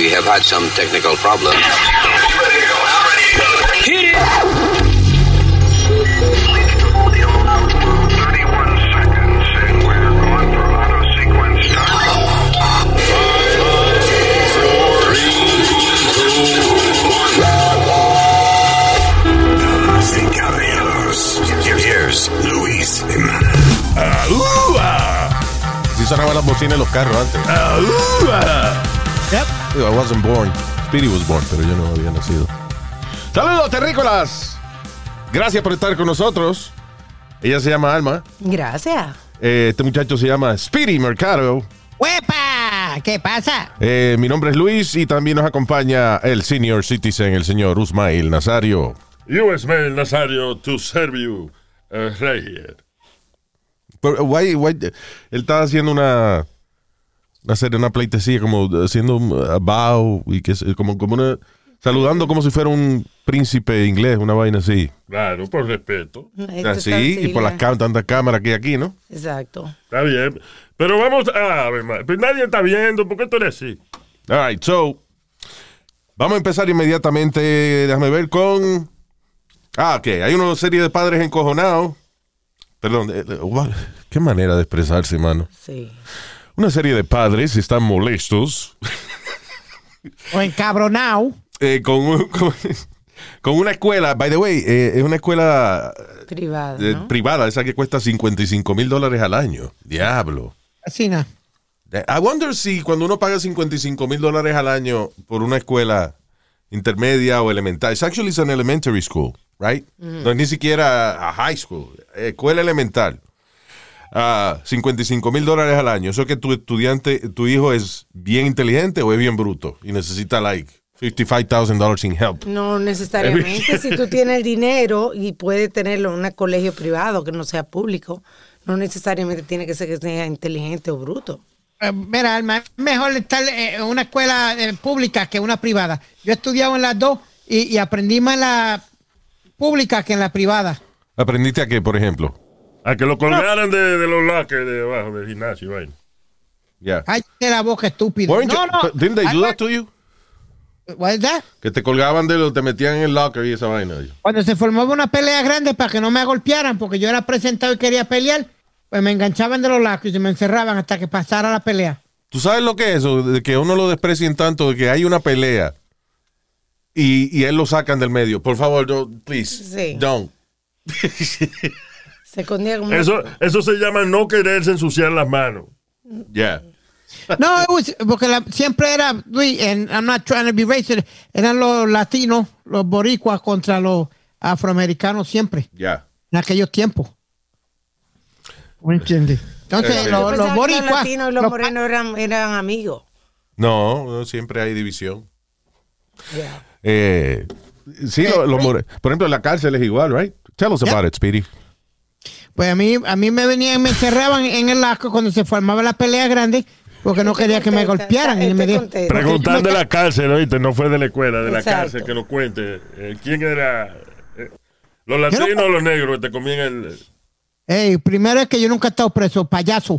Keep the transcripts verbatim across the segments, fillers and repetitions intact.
We have had some technical problems. Hit it! thirty-one seconds and we're going for auto sequence start. Damas y caballeros, here's Luis Jiménez. Así sonaban las bocinas en los carros antes. Yep. I wasn't born. Speedy was born, pero yo no había nacido. Saludos, terrícolas. Gracias por estar con nosotros. Ella se llama Alma. Gracias. Eh, este muchacho se llama Speedy Mercado. ¡Huepa! ¿Qué pasa? Eh, mi nombre es Luis y también nos acompaña el senior citizen, el señor Usmail Nazario. You, Ismael Nazario, to serve you uh, right here. Pero, why, why, él estaba haciendo una, una serie, una pleitesía, como haciendo un uh, bow, y que, como, como una, saludando como si fuera un príncipe inglés, una vaina así. Claro, por respeto. Así, y por las cá- tantas cámaras que hay aquí, ¿no? Exacto. Está bien. Pero vamos a ver, pues nadie está viendo, ¿por qué tú eres así? All right, so, vamos a empezar inmediatamente, déjame ver con... Ah, ok, hay una serie de padres encojonados. Perdón, eh, eh, qué manera de expresarse, mano. Sí. Una serie de padres están molestos. O encabronado. Eh, con, un- con, con una escuela, by the way, eh, es una escuela Privada, eh, ¿no? privada, esa que cuesta cincuenta y cinco mil dólares al año. Diablo. Así nada. I wonder si cuando uno paga cincuenta y cinco mil dólares al año por una escuela intermedia o elemental, it's actually an elementary school, right? No es ni siquiera a high school, escuela elemental. Uh, cincuenta y cinco mil dólares al año. ¿Eso que tu estudiante, tu hijo es bien inteligente o es bien bruto y necesita like fifty-five thousand dollars in help? No necesariamente. Si tú tienes el dinero y puedes tenerlo en un colegio privado que no sea público, no necesariamente tiene que ser que sea inteligente o bruto. Eh, mira, Alma, es mejor estar eh, en una escuela eh, pública que una privada. Yo he estudiado en las dos y, y aprendí más en la pública que en la privada. ¿Aprendiste a qué, por ejemplo? A que lo colgaran de, de los lockers de abajo del gimnasio, vaina. Yeah. Ay, de la boca estúpida. Weren't No, you- no. but didn't they do Alma, that to you? what is that? Que te colgaban de lo, te metían en el locker y esa vaina. Cuando se formaba una pelea grande para que no me golpearan, porque yo era presentado y quería pelear, pues me enganchaban de los lacos y me encerraban hasta que pasara la pelea. ¿Tú sabes lo que es eso? De que uno lo desprecien tanto, de que hay una pelea y, y él lo sacan del medio. Por favor, don't, please, Sí. don't. Se escondía como... Eso, eso se llama no quererse ensuciar las manos. Yeah. No, it was- porque la- siempre era, Luis, and I'm not trying to be racist, eran los latinos, los boricuas contra los afroamericanos siempre, Yeah. en aquellos tiempos. ¿Me entiendes? Entonces, Eh, Yo los, pensaba los que boricuas... los latinos y los los- morenos eran, eran amigos. No, no, siempre hay división. Yeah. Eh, sí, lo- lo more- por ejemplo, en la cárcel es igual, right? Tell us Yeah. about it, Speedy. Pues a mí, a mí me venían, me encerraban en el laco cuando se formaba la pelea grande, porque no quería que me contenta, golpearan. Y me estoy di- contenta. Preguntar de la cárcel, oíste, no fue de la escuela, de la Exacto. cárcel, que nos cuente. Eh, ¿Quién era? Eh, ¿Los latinos o los negros que te comían el...? Ey, primero es que yo nunca he estado preso, payaso.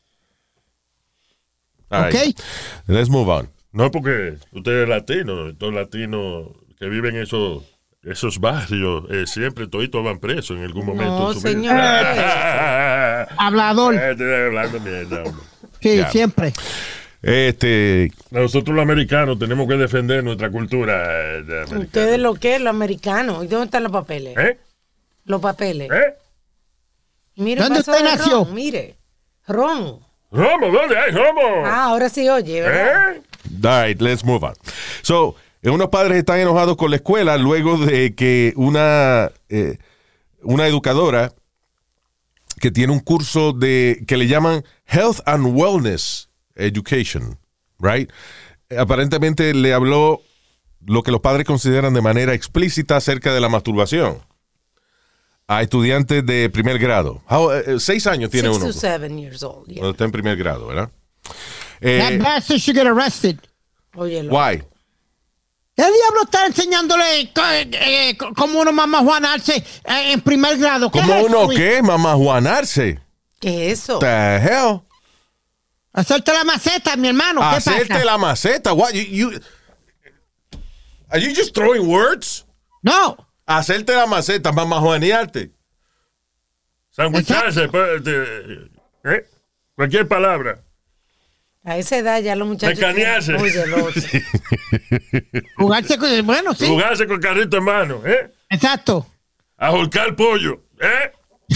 All Ok. right. Let's move on. No, porque usted es latino, todos latinos que viven en esos, esos barrios, eh, siempre toditos van presos en algún momento. No, de su vida. señor. Hablador. Eh, estoy hablando mierda, hombre. Sí, Ya. siempre. Este, Nosotros los americanos tenemos que defender nuestra cultura. eh, de americana. Ustedes lo que es, los americanos. ¿Y dónde están los papeles? ¿Eh? Los papeles. ¿Eh? Mire, ¿Dónde pasó usted de nació? Ron, mire. Ron. ¿Romo? ¿Dónde hay Romo? Ah, ahora sí oye, ¿verdad? ¿Eh? all right, let's move on. So, eh, unos padres están enojados con la escuela luego de que una, eh, una educadora que tiene un curso de que le llaman Health and Wellness Education, right? Eh, Aparentemente le habló lo que los padres consideran de manera explícita acerca de la masturbación a estudiantes de primer grado. How, eh, seis años tiene Six uno. to seven years old. Yeah. Cuando está en primer grado, ¿verdad? That Eh, bastard should get arrested. Óyelo. why? ¿Qué diablo está enseñándole co- eh, eh, co- cómo uno mamajuanarse eh, en primer grado? ¿Qué ¿Cómo es eso, uno Luis? qué? Mamá Juanarse. ¿Qué es eso? The hell? Hacerte la maceta, mi hermano. ¿Qué Hacerte pasa? la maceta. What? You, you, are you just throwing words? No. Hacerte la maceta, mamajuanearte. Sanguicharse, pues, ¿eh? Cualquier palabra. A esa edad ya los muchachos... Mecanearse. Muy celosos. Jugarse con... Bueno, sí. Jugarse con carrito en mano, ¿eh? Exacto. Ajolcar pollo, ¿eh?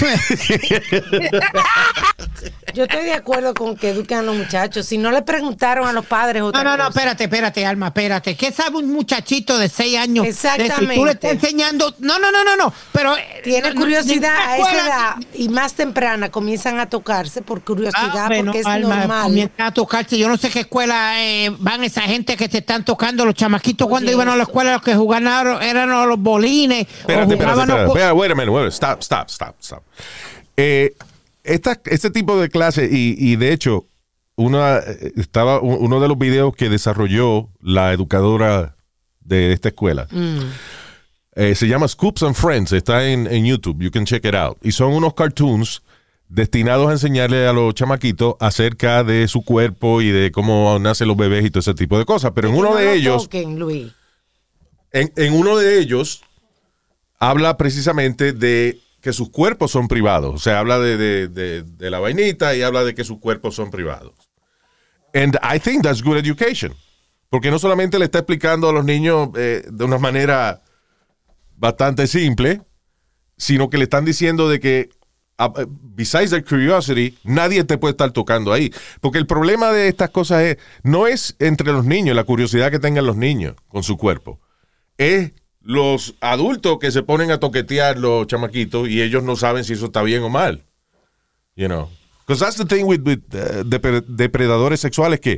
Yo estoy de acuerdo con que eduquen a los muchachos. Si no le preguntaron a los padres otra No, no, no, cosa. espérate, espérate, Alma, espérate. ¿Qué sabe un muchachito de seis años? Exactamente. De si tú le estás enseñando... No, no, no, no, no. Pero... Tiene no, curiosidad a ninguna esa escuela- edad y más temprana comienzan a tocarse por curiosidad, Ah, bueno, porque es Alma, normal. comienza a tocarse. Yo no sé qué escuela eh, van esa gente que se están tocando, los chamaquitos Oye, cuando iban a la eso. escuela, los que jugaban a- eran a los bolines. Espérate, o espérate, jugaban espérate. a- Espera, wait a minute, wait a minute. Stop, stop, stop, stop. Eh, esta, este tipo de clase, y, y de hecho, una, eh, estaba u- uno de los videos que desarrolló la educadora de esta escuela. Eh, se llama Scoops and Friends. Está en, en YouTube. You can check it out. Y son unos cartoons destinados a enseñarle a los chamaquitos acerca de su cuerpo y de cómo nacen los bebés y todo ese tipo de cosas. Pero en Que uno no de lo ellos... toquen, Luis. En, en uno de ellos habla precisamente de que sus cuerpos son privados. O sea, habla de, de, de, de la vainita y habla de que sus cuerpos son privados. And I think that's good education. Porque no solamente le está explicando a los niños eh, de una manera bastante simple, sino que le están diciendo de que uh, besides their curiosity, nadie te puede estar tocando ahí. Porque el problema de estas cosas es, no es entre los niños, la curiosidad que tengan los niños con su cuerpo. Es los adultos que se ponen a toquetear los chamaquitos y ellos no saben si eso está bien o mal. You know. Because that's the thing with, with uh, depre- depredadores sexuales, que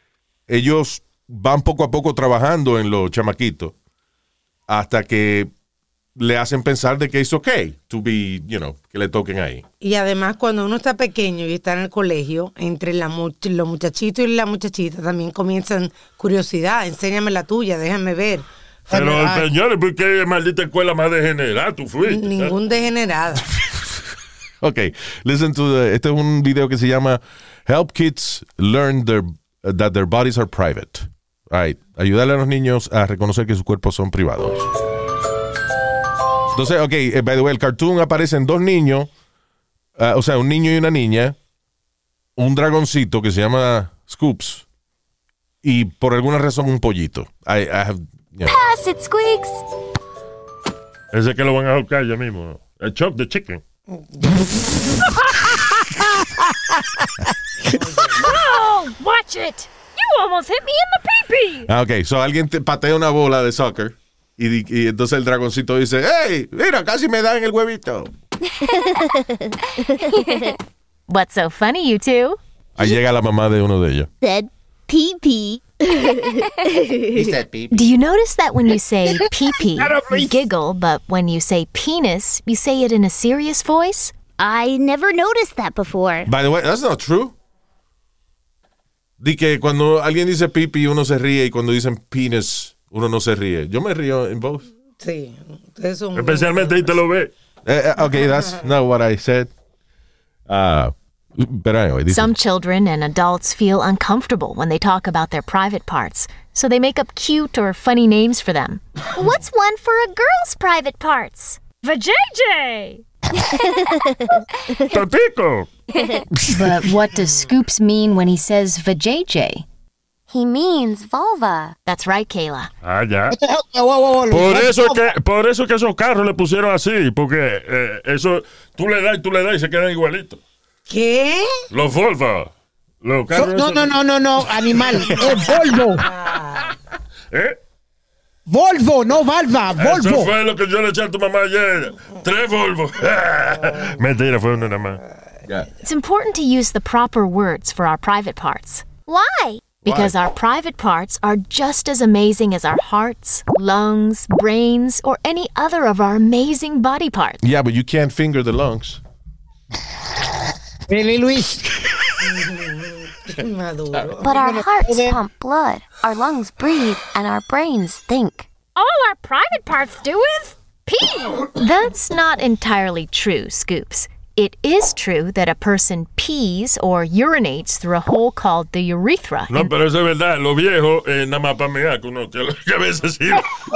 ellos van poco a poco trabajando en los chamaquitos hasta que le hacen pensar de que es okay to be, you know, que le toquen ahí. Y además, cuando uno está pequeño y está en el colegio, entre la much- los muchachitos y la muchachita también comienzan curiosidad. Enséñame la tuya, déjame ver. Pero, Ay. señores, ¿por qué maldita escuela más degenerada tú fuiste? Ningún degenerado. Ok, listen to the, este es un video que se llama Help Kids Learn their, uh, that their bodies are private. All right. Ayudarle a los niños a reconocer que sus cuerpos son privados. Entonces, ok, eh, by the way, el cartoon aparecen dos niños, uh, o sea, un niño y una niña, un dragoncito que se llama Scoops y por alguna razón un pollito. I, I have, you know. Pass it, Squeaks. Ese que lo van a buscar ya mismo, ¿no? El Chop the Chicken. Oh, watch it. You almost hit me in the pee-pee. Ah, ok, so alguien te patea una bola de soccer y, di- y entonces el dragoncito dice, hey, mira, casi me dan el huevito. What's so funny, you two? Ahí llega la mamá de uno de ellos. Said pee-pee. He said beep. Do you notice that when you say pee-pee, you giggle, but when you say penis, you say it in a serious voice? I never noticed that before. By the way, that's not true. Di que cuando alguien dice pipi uno se ríe y cuando dicen penis uno no se ríe. Yo me río en both. Sí, ustedes son... Especialmente ahí te lo ve. Eh, eh, okay, that's not what I said. Uh, but anyway, this Some children and adults feel uncomfortable when they talk about their private parts, so they make up cute or funny names for them. What's one for a girl's private parts? Vajayjay! ¡Totico! But what does Scoops mean when he says vajayjay? He means vulva. That's right, Kayla. Ah, ya. What the hell? Whoa, whoa, whoa, Por Luis. eso que, por eso que esos carros le pusieron así, porque eh, eso, tú le das y tú le das y se quedan igualitos. ¿Qué? Los Volvo. Los So- carros no, esos- no, no, no, no, animal. Es Volvo. ¿Eh? Volvo, no Valva. Eso Volvo. fue lo que yo le eché a tu mamá ayer. Tres Volvo. Mentira, fue una nada más. It's important to use the proper words for our private parts. Why? Because our private parts are just as amazing as our hearts, lungs, brains, or any other of our amazing body parts. Yeah, but you can't finger the lungs. Really, Luis. Maduro. But our hearts pump blood, our lungs breathe, and our brains think. All our private parts do is pee. That's not entirely true, Scoops. It is true that a person pees or urinates through a hole called the urethra. No, and- pero eso es verdad. Los viejos, eh, nada más para mear, que uno que a veces sí.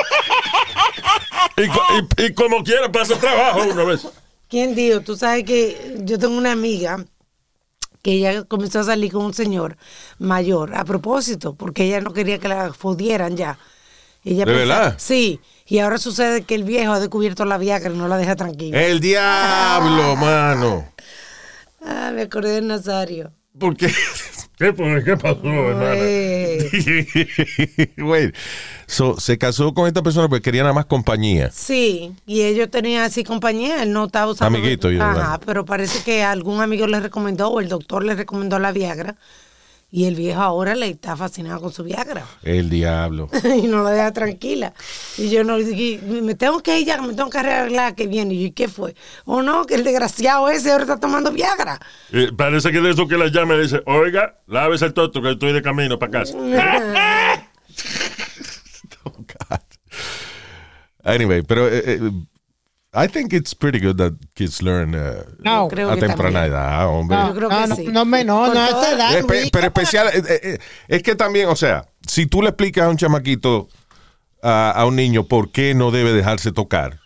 y, co- y, y como quiera pasa trabajo una vez. ¿Quién dijo? Tú sabes que yo tengo una amiga que ella comenzó a salir con un señor mayor a propósito, porque ella no quería que la jodieran ya. Ella ¿De pensaba- verdad? Sí. Y ahora sucede que el viejo ha descubierto la Viagra y no la deja tranquila. El diablo, mano. Ah, me acordé de Nazario. ¿Por qué? ¿Qué, pues, ¿Qué pasó, hermana? Eh, Wait. So, se casó con esta persona porque quería nada más compañía. sí, y ellos tenían así compañía, él no estaba usando... Amiguito, yo, Ajá, ¿verdad? pero parece que algún amigo le recomendó o el doctor le recomendó la Viagra y el viejo ahora le está fascinado con su Viagra. El diablo. Y no la deja tranquila. Y yo no, y me tengo que ir ya, me tengo que arreglar que viene. Y yo, ¿y qué fue? Oh, no, que el desgraciado ese ahora está tomando Viagra. Eh, parece que de eso que la llama y le dice, oiga, lávese el toto que estoy de camino para casa. Oh, God. Anyway, pero eh, eh, I think it's pretty good that kids learn uh, No, Creo a que temprana también. edad, hombre. no, Yo creo no, que no, sí. no, me- no, Con no, a todo- esa edad, Eh, pe- Luis, pero ¿cómo? especial, eh, eh, eh, es que también, o sea, si tú le explicas a un chamaquito, a, a un niño, por qué no debe dejarse tocar,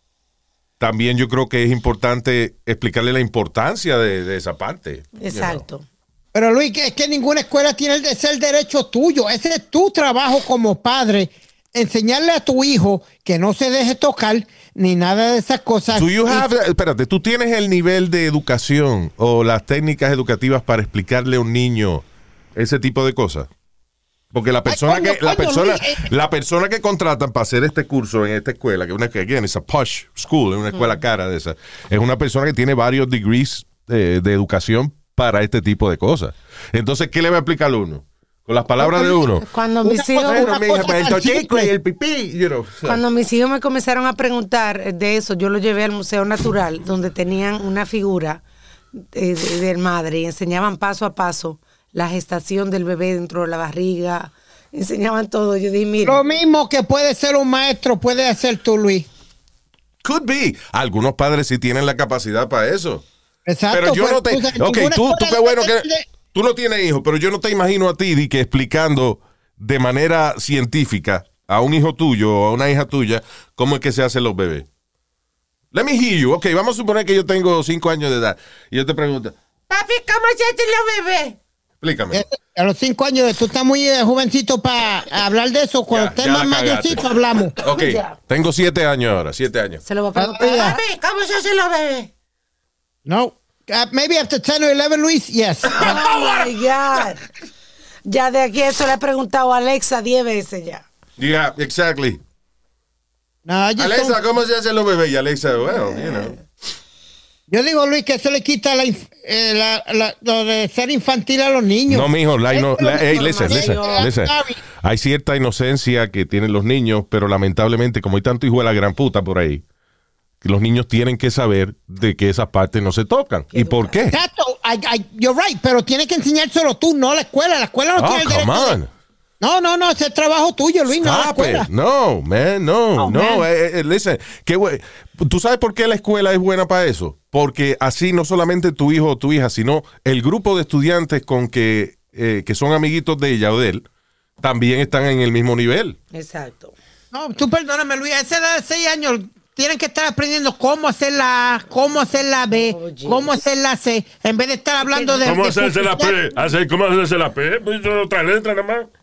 también yo creo que es importante explicarle la importancia de, de esa parte. you know. Exacto. Pero Luis, que es que ninguna escuela tiene el, ese es el derecho tuyo. Ese es tu trabajo como padre. Enseñarle a tu hijo que no se deje tocar ni nada de esas cosas. Do you Y- have, espérate, ¿tú tienes el nivel de educación o las técnicas educativas para explicarle a un niño ese tipo de cosas? Porque la persona coño, que la coño, persona Luis, eh. la persona que contratan para hacer este curso en esta escuela, que una que again, es a posh school, es una escuela cara de esa, es una persona que tiene varios degrees eh, de educación para este tipo de cosas. Entonces, ¿qué le va a explicar uno? Con las palabras de uno. Cuando Una mis hijos... cosa- Bueno, una mija, cosa pues, el tan tochico simple. y el pipí, you know, o sea. Cuando mis hijos me comenzaron a preguntar de eso, yo lo llevé al Museo Natural, donde tenían una figura de, de- del madre y enseñaban paso a paso la gestación del bebé dentro de la barriga, enseñaban todo. Yo dije, mira, Lo mismo que puede ser un maestro, puede hacer tú, Luis. Could be. Algunos padres sí tienen la capacidad para eso. Exacto. Pero yo pues, no te. pues, Ok, ninguna tú, tú escuela qué bueno que. debe de- Tú no tienes hijos, pero yo no te imagino a ti di que explicando de manera científica a un hijo tuyo o a una hija tuya cómo es que se hacen los bebés. Let me hear you. Ok, vamos a suponer que yo tengo cinco años de edad y yo te pregunto, papi, ¿cómo se hacen los bebés? explícame. Eh, A los cinco años, tú estás muy eh, jovencito para hablar de eso. Cuando Ya, estés ya más la cagaste. mayorcito, hablamos. Ok, Ya. tengo siete años ahora, siete años. Se lo va a preguntar. Ah, Papi, ¿cómo se hacen los bebés? No. Uh, maybe after ten or eleven, Luis, yes. Oh my God. Ya de aquí eso le he preguntado a Alexa diez veces ya. Yeah, exactly. No, I just Alexa, don't- ¿cómo se hacen los bebés? Y Alexa, well, you know. yo digo, Luis, que eso le quita la, inf- eh, la- la- lo de ser infantil a los niños. No, mijo, la ino- la- hey, listen, listen, información. listen. Hay cierta inocencia que tienen los niños, pero lamentablemente, como hay tanto hijo de la gran puta por ahí, que los niños tienen que saber de que esas partes no se tocan. ¿Y por qué? Exacto, I- I- you're right, pero tienes que enseñárselo tú, no la escuela. La escuela no Oh, tiene el come derecho de- on. No, no, no, ese es trabajo tuyo, Luis, no la Stop escuela. it. No, man, no, Oh, no. man. eh, eh, listen, qué güey- ¿tú sabes por qué la escuela es buena para eso? Porque así no solamente tu hijo o tu hija, sino el grupo de estudiantes con que, eh, que son amiguitos de ella o de él, también están en el mismo nivel. Exacto. No, tú perdóname, Luis, a esa edad de seis años tienen que estar aprendiendo cómo hacer la A, cómo hacer la B, Oye. cómo hacer la C, en vez de estar hablando de... ¿Cómo de hacerse la publicidad. P? Hacer- ¿Cómo hacerse la P? Pues son otra letra nada más.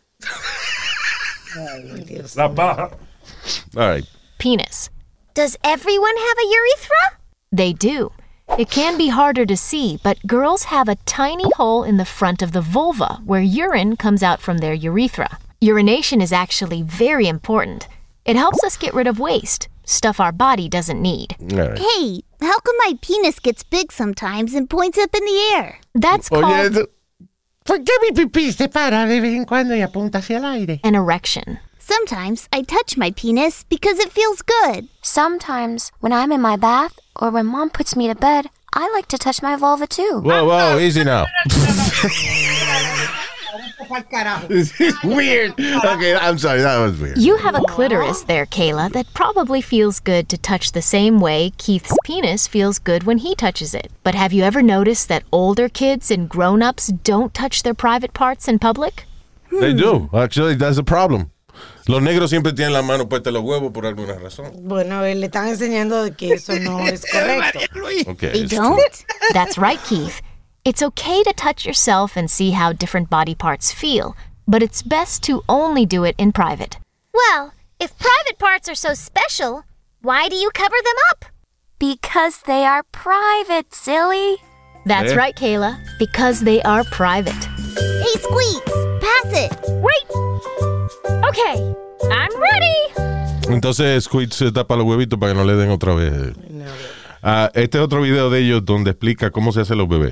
Ay, Dios. La paja. All right. Penis. Does everyone have a urethra? They do. It can be harder to see, but girls have a tiny hole in the front of the vulva where urine comes out from their urethra. Urination is actually very important. It helps us get rid of waste, stuff our body doesn't need. All right. Hey, how come my penis gets big sometimes and points up in the air? That's called Oye, eso- ¿Por qué mi pipí se para de vez en cuando y apunta hacia el aire? an erection. Sometimes I touch my penis because it feels good. Sometimes, when I'm in my bath or when mom puts me to bed, I like to touch my vulva too. whoa, whoa, easy now. pa'l carajo. This is weird. Okay, I'm sorry, that was weird. You have a clitoris there, Kayla, that probably feels good to touch the same way Keith's penis feels good when he touches it. But have you ever noticed that older kids and grown-ups don't touch their private parts in public? They do. Actually, that's a problem. Los negros siempre tienen la mano puesta en los huevos por alguna razón. Bueno, le están enseñando de que eso no es correcto. Okay, They it's don't? true. That's right, Keith. It's okay to touch yourself and see how different body parts feel, but it's best to only do it in private. Well, if private parts are so special, why do you cover them up? Because they are private, silly. That's Eh? right, Kayla, because they are private. Hey, Squeaks, pass it. Wait! Okay, I'm ready! Entonces Squid se tapa los huevitos para que no le den otra vez. Ah, este es otro video de ellos donde explica cómo se hacen los bebés.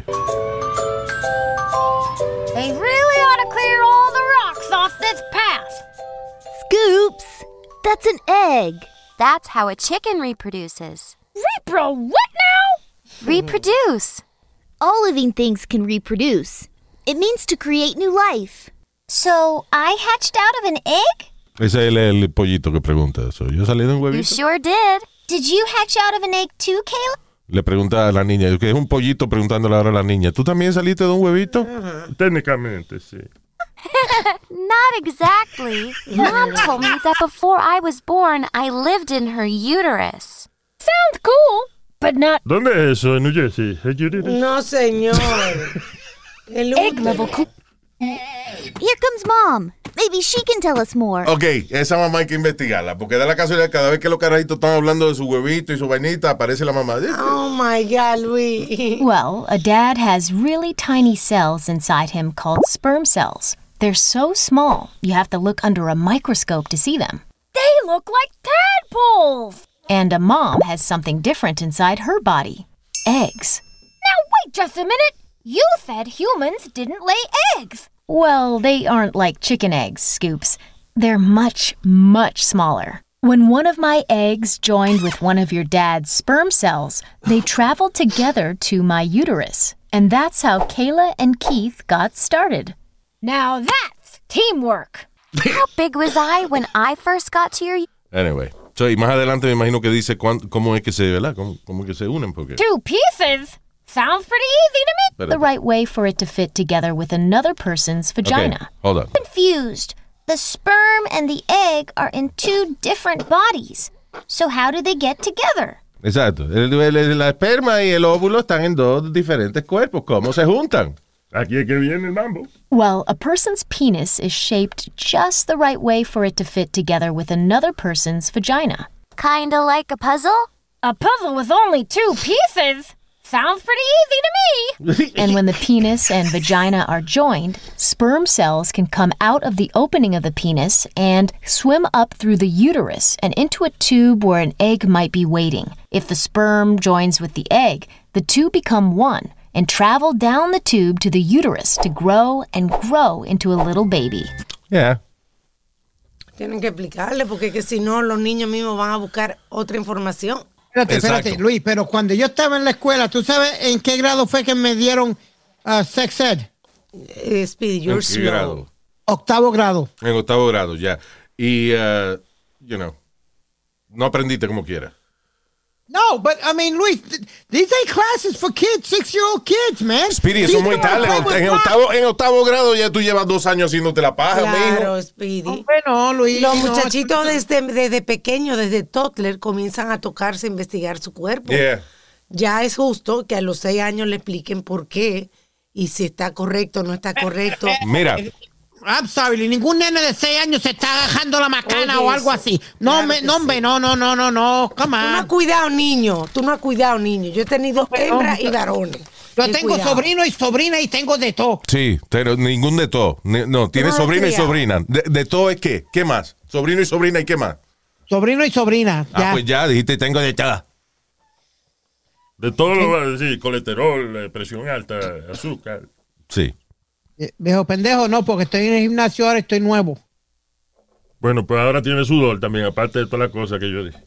They really ought to clear all the rocks off this path. Scoops, that's an egg. That's how a chicken reproduces. Repro what now? Reproduce. All living things can reproduce. It means to create new life. So, I hatched out of an egg? Ese es el, el pollito que pregunta eso. Yo salí de un You huevito. sure did. Did you hatch out of an egg too, Kayla? Le pregunta a la niña, que es un pollito preguntándole ahora a la niña, ¿tú también saliste de un huevito? Técnicamente, sí. Not exactly. Mom told me that before I was born, I lived in her uterus. Sounds cool, but not ¿Dónde es eso? ¿En New Jersey? ¿En New Jersey? No, señor. El egg útero. level cool. Here comes Mom. Maybe she can tell us more. Ok, esa mamá hay que investigarla, porque da la casualidad cada vez que los carajitos están hablando de su huevito y su vainita, aparece la mamá. Oh my God, Luis. Well, a dad has really tiny cells inside him called sperm cells. They're so small, you have to look under a microscope to see them. They look like tadpoles. And a mom has something different inside her body. Eggs. Now wait just a minute. You said humans didn't lay eggs. Well, they aren't like chicken eggs, Scoops. They're much, much smaller. When one of my eggs joined with one of your dad's sperm cells, they traveled together to my uterus. And that's how Kayla and Keith got started. Now that's teamwork. How big was I when I first got to your... Anyway, so, y más adelante me imagino que dice cuán, cómo es que se, ¿verdad? Cómo, cómo es que se unen, porque... Two pieces? Sounds pretty easy to me. Espérate. The right way for it to fit together with another person's vagina. Okay, hold on. Confused. The sperm and the egg are in two different bodies. So how do they get together? Exacto. El, el, la esperma y el óvulo están en dos diferentes cuerpos. ¿Cómo se juntan? Aquí es que viene el mambo. Well, a person's penis is shaped just the right way for it to fit together with another person's vagina. Kinda like a puzzle? A puzzle with only two pieces? Sounds pretty easy to me. And when the penis and vagina are joined, sperm cells can come out of the opening of the penis and swim up through the uterus and into a tube where an egg might be waiting. If the sperm joins with the egg, the two become one and travel down the tube to the uterus to grow and grow into a little baby. Yeah. Tienen que explicarle porque que si no los niños mismos van a buscar otra información. Espérate, Exacto. espérate, Luis, pero cuando yo estaba en la escuela, ¿tú sabes en qué grado fue que me dieron uh, sex ed? Eh, Speedy, you're ¿En qué slow. grado? Octavo grado. En octavo grado, ya. Y, uh, you know, no aprendiste como quieras. No, but I mean, Luis, th- these ain't classes for kids, six-year-old kids, man. Speedy, eso These es muy are tarde. En, public en octavo, en octavo grado ya tú llevas dos años haciéndote la paja, Claro, mijo. Speedy. Hombre, no, Luis. Los no, muchachitos desde, desde pequeños, desde toddler, comienzan a tocarse, a investigar su cuerpo. Yeah. Ya es justo que a los seis años le expliquen por qué y si está correcto o no está correcto. Mira, I'm sorry, ningún nene de seis años se está agajando la macana Oye, o algo eso. así. No, Claro me, que no, sí. hombre, no, no, no, no, no, come Tú no has on. cuidado niño, tú no has cuidado niño. Yo he tenido hembras y varones. Yo He tengo cuidado. sobrino y sobrina y tengo de todo. sí, pero ningún de todo. Ni- No, tienes no has sobrino y criado. sobrina. De, de todo es qué? ¿Qué más? Sobrino y sobrina y qué más. Sobrino y sobrina, Ah, ya. pues ya, dijiste tengo de todo. De todo lo va a decir, colesterol, eh, presión alta, azúcar. Sí. Eh, Viejo pendejo, no, porque estoy en el gimnasio ahora, estoy nuevo. Bueno, pues ahora tiene sudor también, aparte de todas las cosas que yo dije.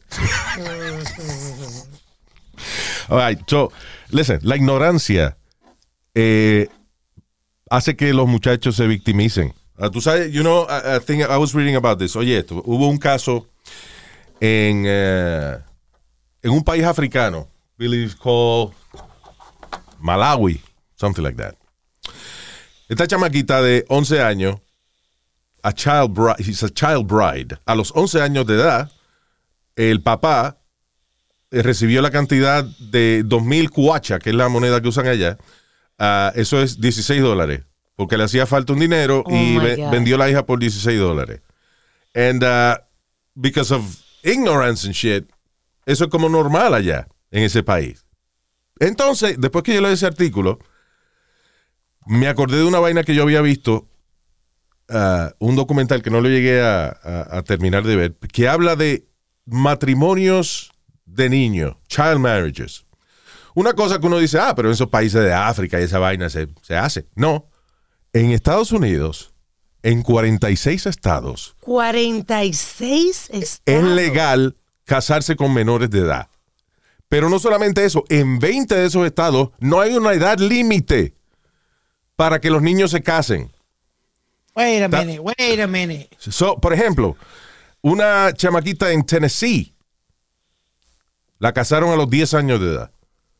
All right, so, listen, la ignorancia eh, hace que los muchachos se victimicen. Uh, tú sabes, you know, I, I think I was reading about this. Oye, esto, hubo un caso en, uh, en un país africano, I believe called Malawi, something like that. Esta chamaquita de once años, a child bride, he's a child bride. A los once años de edad, el papá eh, recibió la cantidad de dos mil kuacha, que es la moneda que usan allá. Uh, eso es dieciséis dólares. Porque le hacía falta un dinero Oh y my ve- God. vendió la hija por dieciséis dólares. And uh, because of ignorance and shit, eso es como normal allá, en ese país. Entonces, después que yo leí ese artículo, me acordé de una vaina que yo había visto, uh, un documental que no lo llegué a, a- a terminar de ver, que habla de matrimonios de niños, child marriages. Una cosa que uno dice, ah, pero en esos países de África y esa vaina se, se hace. No. En Estados Unidos, en cuarenta y seis estados, cuarenta y seis es estados. legal casarse con menores de edad. Pero no solamente eso, en veinte de esos estados no hay una edad límite para que los niños se casen. Wait a Ta- minute, wait a minute. So, por ejemplo, una chamaquita en Tennessee la casaron a los diez años de edad.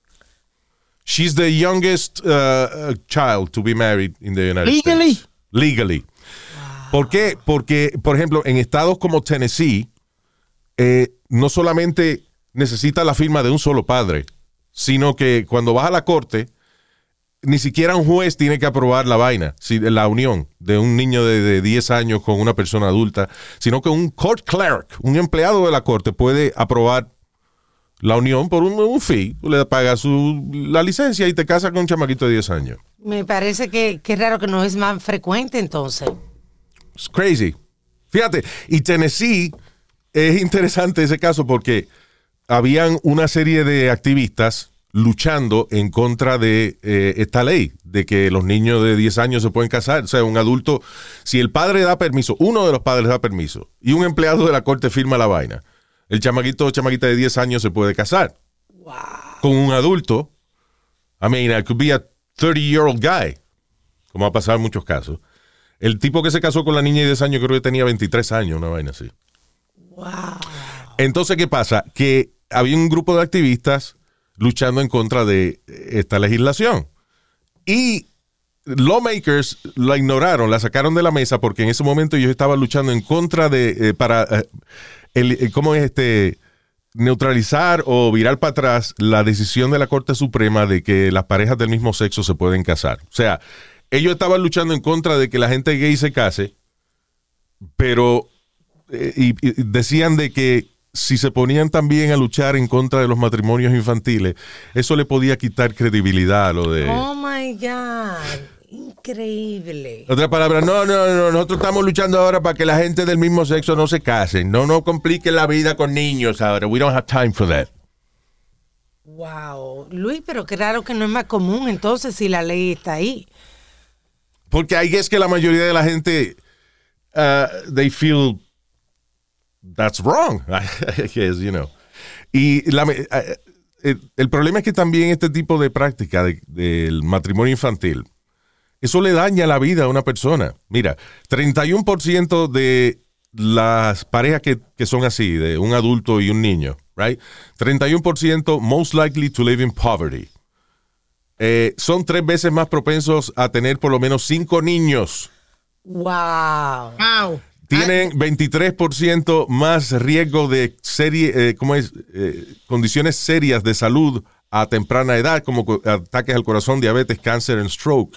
She's the youngest uh, uh, child to be married in the United Legally? States. Legally. ¿Por qué? Porque, por ejemplo, en estados como Tennessee, eh, no solamente necesita la firma de un solo padre, sino que cuando vas a la corte, ni siquiera un juez tiene que aprobar la vaina, si- la unión de un niño de, de diez años con una persona adulta, sino que un court clerk, un empleado de la corte, puede aprobar la unión por un, un fee. Tú le pagas su, la licencia y te casas con un chamaquito de diez años. Me parece que, que es raro que no es más frecuente entonces. It's crazy. Fíjate, y Tennessee es interesante ese caso porque habían una serie de activistas luchando en contra de eh, esta ley, de que los niños de diez años se pueden casar. O sea, un adulto, si el padre da permiso, uno de los padres da permiso, y un empleado de la corte firma la vaina, el chamaquito o chamaquita de diez años se puede casar. Wow. Con un adulto. I mean, it could be a thirty-year-old guy, como ha pasado en muchos casos. El tipo que se casó con la niña de diez años creo que tenía veintitrés años, una vaina así. Wow. Entonces, ¿qué pasa? Que había un grupo de activistas luchando en contra de esta legislación. Y lawmakers la ignoraron, la sacaron de la mesa porque en ese momento ellos estaban luchando en contra de, eh, para, eh, el, eh, ¿cómo es este? Neutralizar o virar para atrás la decisión de la Corte Suprema de que las parejas del mismo sexo se pueden casar. O sea, ellos estaban luchando en contra de que la gente gay se case, pero eh, y, y decían de que si se ponían también a luchar en contra de los matrimonios infantiles, eso le podía quitar credibilidad a lo de... Oh my God. Increíble. Otra palabra, no, no, no, nosotros estamos luchando ahora para que la gente del mismo sexo no se casen. No, no compliquen la vida con niños ahora. We don't have time for that. Wow. Luis, pero qué raro que no es más común entonces si la ley está ahí. Porque ahí es que la mayoría de la gente, uh, they feel that's wrong, I guess, you know. Y la, uh, el, el problema es que también este tipo de práctica de, del matrimonio infantil, eso le daña la vida a una persona. Mira, treinta y uno por ciento de las parejas que, que son así, de un adulto y un niño, right? treinta y uno por ciento most likely to live in poverty. Eh, son tres veces más propensos a tener por lo menos cinco niños. Wow. Wow. Tienen veintitrés por ciento más riesgo de serie, eh, ¿cómo es? Eh, condiciones serias de salud a temprana edad, como co- ataques al corazón, diabetes, cáncer y stroke.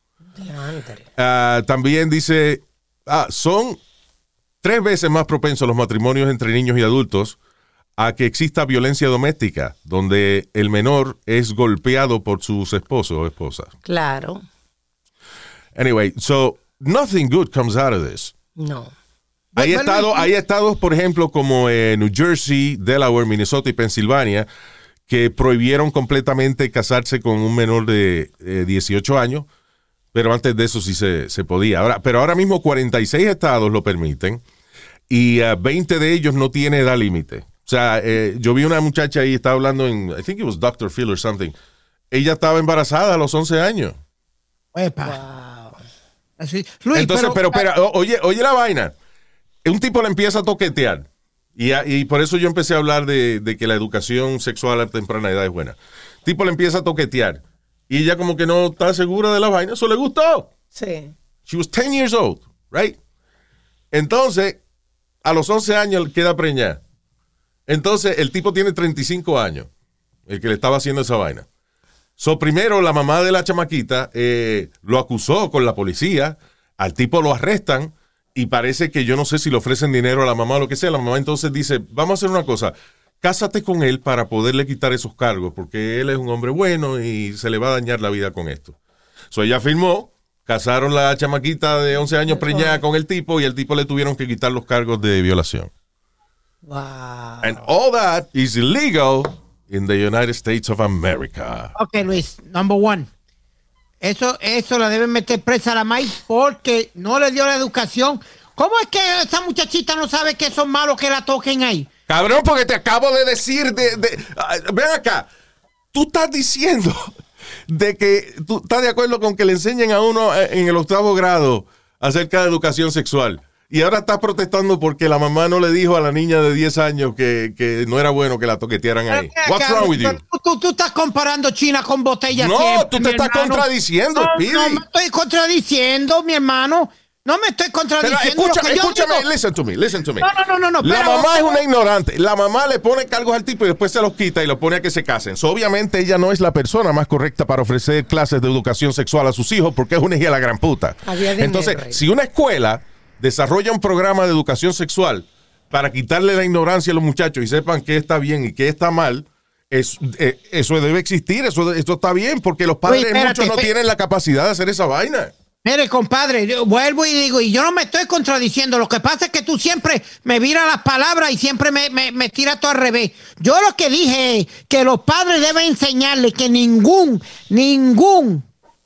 Uh, también dice, ah, son tres veces más propensos los matrimonios entre niños y adultos a que exista violencia doméstica, donde el menor es golpeado por sus esposos o esposas. Claro. Anyway, so nothing good comes out of this. No. Hay Bueno, estados, y- hay estados, por ejemplo, como eh, New Jersey, Delaware, Minnesota y Pensilvania, que prohibieron completamente casarse con un menor de eh, dieciocho años, pero antes de eso sí se, se podía. Ahora, pero ahora mismo cuarenta y seis estados lo permiten y uh, veinte de ellos no tiene edad límite. O sea, eh, yo vi una muchacha ahí, estaba hablando en, I think it was doctor Phil or something. Ella estaba embarazada a los once años. Epa. Así. Luis, Entonces, pero, pero, pero, oye, oye la vaina. Un tipo le empieza a toquetear. Y, a, y por eso yo empecé a hablar de, de que la educación sexual a temprana edad es buena. El tipo le empieza a toquetear. Y ella como que no está segura de la vaina. Eso le gustó. Sí. She was ten years old, right? Entonces, a los once años queda preñada. Entonces, el tipo tiene treinta y cinco años. El que le estaba haciendo esa vaina. So, primero, la mamá de la chamaquita eh, lo acusó con la policía. Al tipo lo arrestan. Y parece que yo no sé si le ofrecen dinero a la mamá o lo que sea. La mamá entonces dice, vamos a hacer una cosa. Cásate con él para poderle quitar esos cargos. Porque él es un hombre bueno y se le va a dañar la vida con esto. So, ella firmó. Casaron la chamaquita de once años preñada con el tipo. Y el tipo le tuvieron que quitar los cargos de violación. Wow. And all that is illegal in the United States of America. Ok, Luis, number one. Eso, eso la deben meter presa a la maíz porque no le dio la educación. ¿Cómo es que esa muchachita no sabe que eso es malo que la toquen ahí? Cabrón, porque te acabo de decir de, de uh, ven acá. Tú estás diciendo de que tú estás de acuerdo con que le enseñen a uno en el octavo grado acerca de educación sexual. Y ahora estás protestando porque la mamá no le dijo a la niña de diez años que, que no era bueno que la toquetearan ahí. What's wrong with you? Tú, tú, tú estás comparando China con botella. No, siempre, tú te estás hermano. contradiciendo, no, Speedy. No me estoy contradiciendo, mi hermano. No me estoy contradiciendo. Pero escúchame, lo que yo escúchame, digo. listen to me, listen to me. No, no, no, no. no La pero, mamá es una ignorante. La mamá le pone cargos al tipo y después se los quita y los pone a que se casen. So, obviamente ella no es la persona más correcta para ofrecer clases de educación sexual a sus hijos porque es una hija de la gran puta. Entonces, dinero, si una escuela desarrolla un programa de educación sexual para quitarle la ignorancia a los muchachos y sepan qué está bien y qué está mal, es, eh, eso debe existir, eso, esto está bien, porque los padres Oye, espérate, muchos no espérate. tienen la capacidad de hacer esa vaina. Mire, compadre, yo vuelvo y digo, y yo no me estoy contradiciendo. Lo que pasa es que tú siempre me viras las palabras y siempre me, me, me tiras todo al revés. Yo lo que dije es que los padres deben enseñarle que ningún, ningún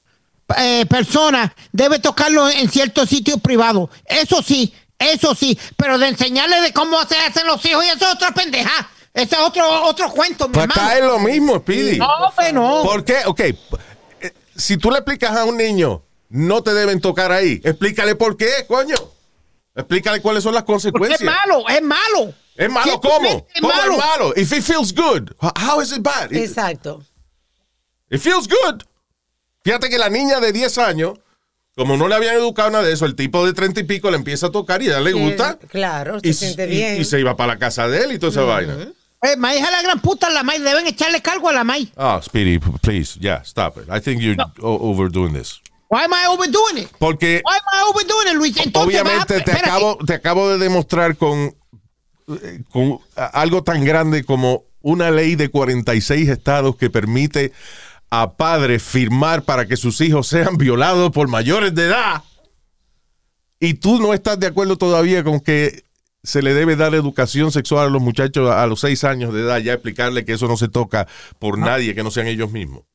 eh, persona debe tocarlo en ciertos sitios privados. Eso sí, eso sí. Pero de enseñarle de cómo se hacen los hijos, y eso es otra pendeja. Ese es otro, otro cuento, mi Pues hermano. está en lo mismo, Speedy. No, pues no. ¿Por qué? Ok, eh, si tú le explicas a un niño, no te deben tocar ahí, explícale por qué, coño. Explícale cuáles son las Porque consecuencias. es malo, es malo. ¿Es malo ¿Qué cómo? tú crees? Es ¿Cómo malo. es malo? If it feels good, how is it bad? It, Exacto. it feels good. Fíjate que la niña de diez años, como no le habían educado nada de eso, el tipo de treinta y pico le empieza a tocar y a ella le gusta. Eh, claro, se y, siente y- bien. y se iba para la casa de él y toda esa vaina. Eh, maíz a la gran puta, la maíz. Deben echarle cargo a la maíz. Oh, Speedy, please, yeah, stop it. I think you're o- overdoing this. Why am I overdoing it? Porque Why am I overdoing it, Luis? Entonces, obviamente va a- te espérate. acabo, te acabo de demostrar con, eh, con a- algo tan grande como una ley de cuarenta y seis estados que permite a padres firmar para que sus hijos sean violados por mayores de edad. Y tú no estás de acuerdo todavía con que se le debe dar educación sexual a los muchachos a los seis años de edad, ya explicarle que eso no se toca por nadie que no sean ellos mismos.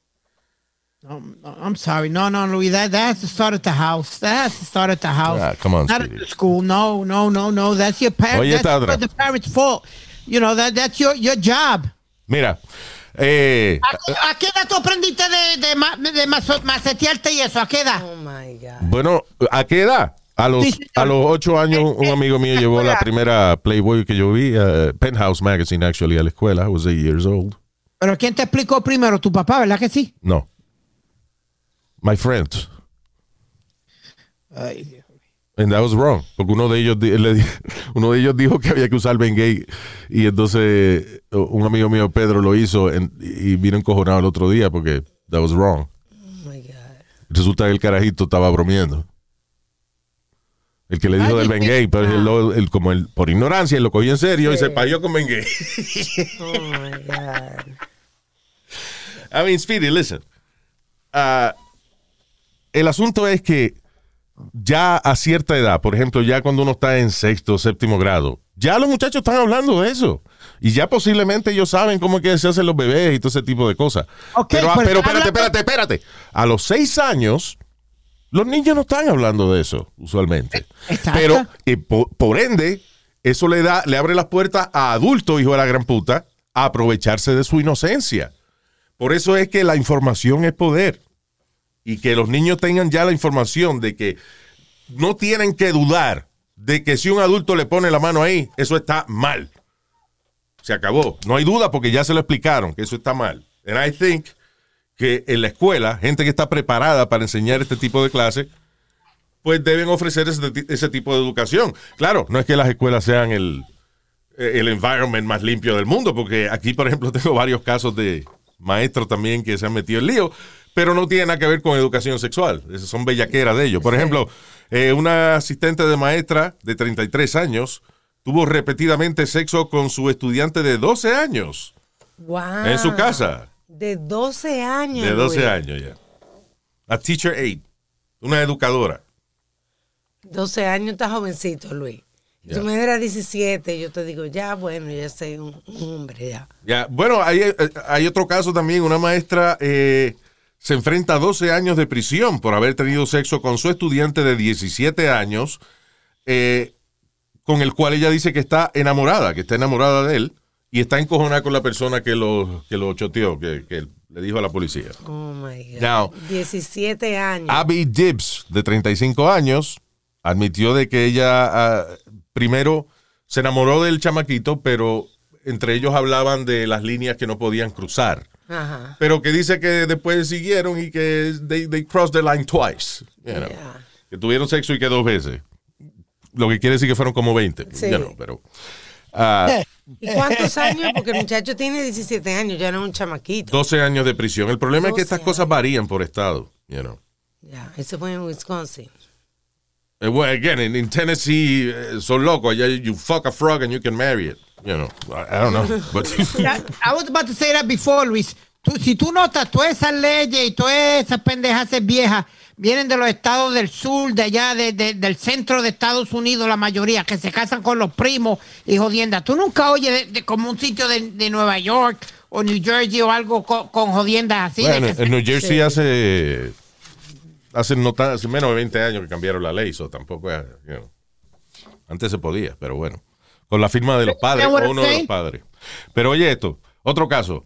No, no, I'm sorry. No, no, Luis. That, that has to start at the house. That has to start at the house. Ah, come on, Not Speedy. at the school. No, no, no, no. That's your parents. Oye, That's esta otra. the parents' fault. You know, that, that's your, your job. Mira, eh, ¿A, qué- a qué edad tú aprendiste de, de, ma- de mazo- macetearte y eso? ¿A qué edad? Oh my God. bueno, ¿a qué edad? A los, Sí, señor. a los ocho años, un Eh, amigo mío eh, llevó la escuela. primera Playboy que yo vi, uh, Penthouse Magazine, actually, a la escuela. I was eight years old. Pero ¿quién te explicó primero? Tu papá, ¿verdad que sí? No. My friends. Ay, Dios. And that was wrong. Porque uno de ellos, di- le di- uno de ellos dijo que había que usar Bengay. Y entonces un amigo mío, Pedro, lo hizo en- y vino encojonado el otro día porque that was wrong. Oh my God. Resulta que el carajito estaba bromeando. El que le dijo Ay, del Dios Bengay, mío. pero él lo- él, como él, por ignorancia, él lo cogió en serio y Sí. se payó con Bengay. Oh my God. I mean, Speedy, listen. Uh, el asunto es que ya a cierta edad, por ejemplo, ya cuando uno está en sexto o séptimo grado, ya los muchachos están hablando de eso. Y ya posiblemente ellos saben cómo es que se hacen los bebés y todo ese tipo de cosas. Ok, pero, ah, pues, pero espérate, habla- espérate, espérate. A los seis años, los niños no están hablando de eso, usualmente. Exacto. Pero, eh, por, por ende, eso le da, le abre las puertas a adultos, hijo de la gran puta, a aprovecharse de su inocencia. Por eso es que la información es poder. y que los niños tengan ya la información de que no tienen que dudar de que si un adulto le pone la mano ahí, eso está mal. Se acabó. No hay duda porque ya se lo explicaron que eso está mal. And I think que en la escuela, gente que está preparada para enseñar este tipo de clases, pues deben ofrecer ese, ese tipo de educación. Claro, no es que las escuelas sean el, el environment más limpio del mundo, porque aquí, por ejemplo, tengo varios casos de maestros también que se han metido en lío, pero no tiene nada que ver con educación sexual. Esas son bellaqueras de ellos. Por ejemplo, eh, una asistente de maestra de treinta y tres años tuvo repetidamente sexo con su estudiante de doce años. Wow. En su casa. De doce años. De doce Luis. años, ya. Yeah. A teacher aide. Una educadora. doce años está jovencito, Luis. Yeah. Tú me dieras diecisiete, yo te digo, ya, bueno, ya soy un, un hombre, ya. Yeah. Bueno, hay, hay otro caso también. Una maestra eh, se enfrenta a doce años de prisión por haber tenido sexo con su estudiante de diecisiete años, eh, con el cual ella dice que está enamorada, que está enamorada de él, y está encojonada con la persona que lo, que lo choteó, que, que le dijo a la policía. Oh, my God. Now, diecisiete años. Abby Gibbs, de treinta y cinco años, admitió de que ella uh, primero se enamoró del chamaquito, pero entre ellos hablaban de las líneas que no podían cruzar. Ajá. Pero que dice que después siguieron y que they, they crossed the line twice. You know, Yeah. que tuvieron sexo y que dos veces. Lo que quiere decir que fueron como veinte. Sí. You know, pero, uh, ¿Y cuántos años? Porque el muchacho tiene diecisiete años, ya no es un chamaquito. doce años de prisión. El problema es que doce estas cosas varían por estado. You know. Ya, ese fue en Wisconsin. Uh, well, again, in, in Tennessee, uh, son locos. Allá you fuck a frog and you can marry it. You know, I, I don't know. But I was about to say that before, Luis. Tú, si tú notas, todas esas leyes y todas esas pendejas viejas vienen de los estados del sur, de allá, de, de, del centro de Estados Unidos, la mayoría, que se casan con los primos y jodiendas. Tú nunca oyes de, de como un sitio de, de Nueva York o New Jersey o algo con, con jodiendas así. bueno, de que en se- New Jersey Sí. hace, hace, no tan- hace menos de veinte años que cambiaron la ley, eso tampoco es, you know, antes se podía, pero bueno, con la firma de los padres what o I'm uno de los saying? padres. Pero oye esto, otro caso.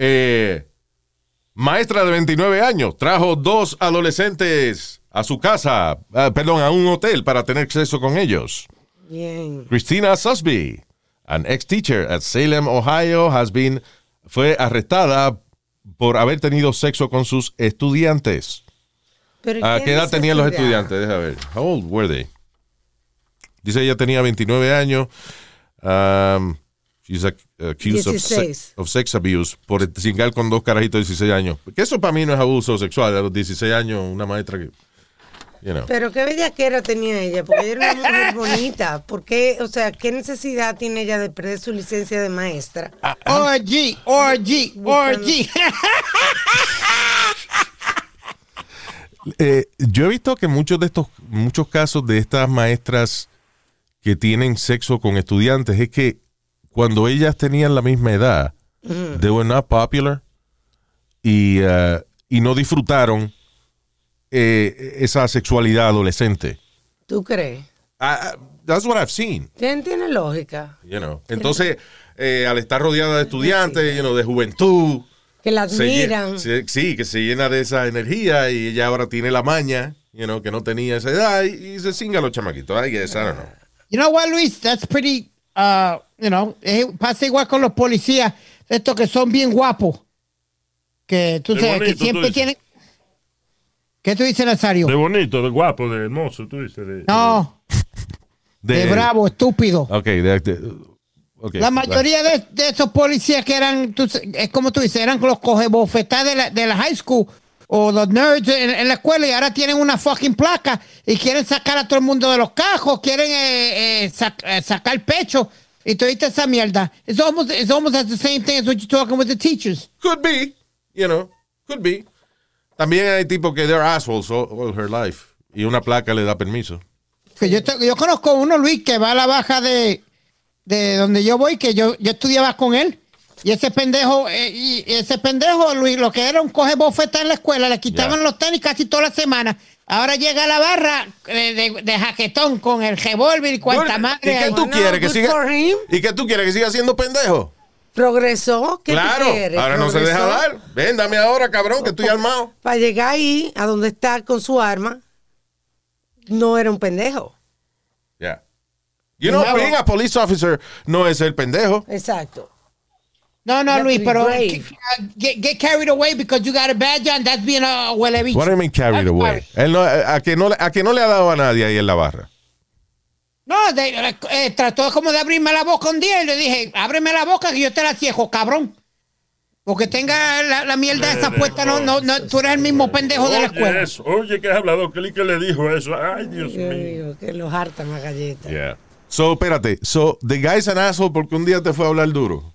Eh, maestra de veintinueve años trajo dos adolescentes a su casa, ah, perdón, a un hotel para tener sexo con ellos. Bien. Christina Susby, an ex-teacher at Salem, Ohio, has been, fue arrestada por haber tenido sexo con sus estudiantes. Pero ¿A ¿qué qué edad tenían los necesidad? estudiantes? Deja ver. How old were they? Dice ella tenía veintinueve años. Um, she's ac- accused of, se- dieciséis. of sex abuse por cingar con dos carajitos de dieciséis años. Que eso para mí no es abuso sexual. A los dieciséis años, una maestra que, you know. Pero qué bellaquera tenía ella, porque ella era una mujer bonita. ¿Por qué? O sea, ¿qué necesidad tiene ella de perder su licencia de maestra? O R G, O R G, O R G. Eh, yo he visto que muchos de estos, muchos casos de estas maestras que tienen sexo con estudiantes es que cuando ellas tenían la misma edad, Mm. they were not popular y, uh, y no disfrutaron eh, esa sexualidad adolescente. ¿Tú crees? I- I- that's what I've seen. ¿Tiene, tiene lógica? You know. Entonces, eh, al estar rodeada de estudiantes, you know, de juventud, Que la se lle- admiran. se- sí, que se llena de esa energía y ella ahora tiene la maña, you know, que no tenía esa edad y, y se cinga a los chamaquitos. I guess, I don't know. You know what, Luis? That's pretty, uh, you know, eh, pasa igual con los policías, estos que son bien guapos. Que tú Qué sabes, que bonito, tú siempre dices. tienen... ¿Qué tú dices, Nazario? De bonito, de guapo, de hermoso, tú dices. De, No, de, bravo, estúpido. Ok, de, de- okay. La mayoría de, de esos policías que eran, tú sa- es como tú dices, eran los cogebofetás de la, de la high school o los nerds en, en la escuela y ahora tienen una fucking placa y quieren sacar a todo el mundo de los cajos, quieren eh, eh, sac- eh, sacar pecho y toda esa mierda. It's almost, it's almost as the same thing as what you're talking with the teachers. Could be, you know, could be. También hay tipos que they're assholes all, all her life y una placa le da permiso. Que yo, te- yo conozco uno, Luis, que va a la baja de, de donde yo voy, que yo, yo estudiaba con él. Y ese pendejo, eh, y ese pendejo, Luis, lo que era un coge bofeta en la escuela, le quitaban Ya. los tenis casi toda la semana. Ahora llega a la barra eh, de, de jaquetón con el revólver y cuánta Bueno, madre. ¿Y qué hay. tú quieres que good siga? for him. ¿Y qué tú quieres que siga siendo pendejo? Progresó. ¿Qué claro, tú quieres? ahora no se deja dar. Ven, dame ahora, cabrón, que estoy armado. Para llegar ahí, a donde está con su arma, no era un pendejo. Yeah. You know, No. being a police officer no es el pendejo. Exacto. No, no, That's Luis, pero brave. get, get carried away because you got a badge and that's being a huele bicho. What do you mean carried That's away? carried. Él no, a, que no, le- a que no le ha dado a nadie ahí en la barra. No, de- eh, trató como de abrirme la boca un día y le dije, ábreme la boca que yo te la ciejo, cabrón. Porque tenga la, la mierda esa puesta, no, no, no, tú eres el mismo pendejo de la escuela. Oye, eso. Oye, que has hablado, ¿qué que le dijo eso? Ay, Dios Yo mío. digo que los hartan las galletas. Yeah. So, espérate. So, the guy's an asshole porque un día te fue a hablar duro.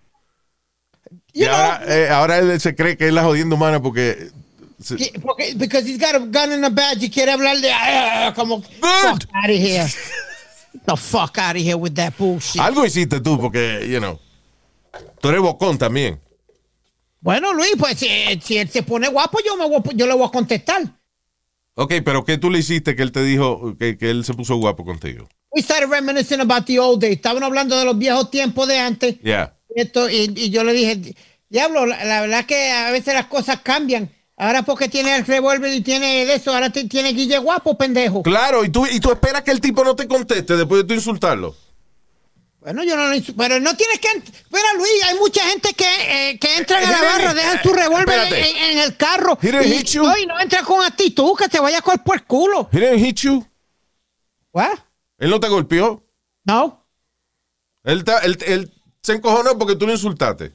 Y You know, ahora, eh, ahora él se cree que es la jodienda humana porque... se- que- porque, because he's got a gun and a badge y quiere hablar de ah, como fuck out of here. The fuck out of here with that bullshit. Algo hiciste tú porque, you know, tú eres bocón también. Bueno, Luis, pues si, si él se pone guapo, yo, me voy, a- yo le voy a contestar. Ok, pero ¿qué tú le hiciste que él te dijo que, que él se puso guapo contigo? We started reminiscing about the old days. Estaban hablando de los viejos tiempos de antes. Yeah. Esto, y, y yo le dije, diablo, la, la verdad que a veces las cosas cambian. Ahora porque tiene el revólver y tiene de eso, ahora te- tiene Guille guapo, pendejo. Claro, y tú, y tú esperas que el tipo no te conteste después de tú insultarlo. Bueno, yo no lo insu- pero no tienes que... Espera, Luis, hay mucha gente que, eh, que entran a la barra, dejan su revólver en, Espérate. en- en el carro He didn't y, hit you? no, y no entran con actitud, que se vaya con el por el culo. He didn't hit you. What? Él no te golpeó. No. Él, ta- él, él se encojonó porque tú lo insultaste.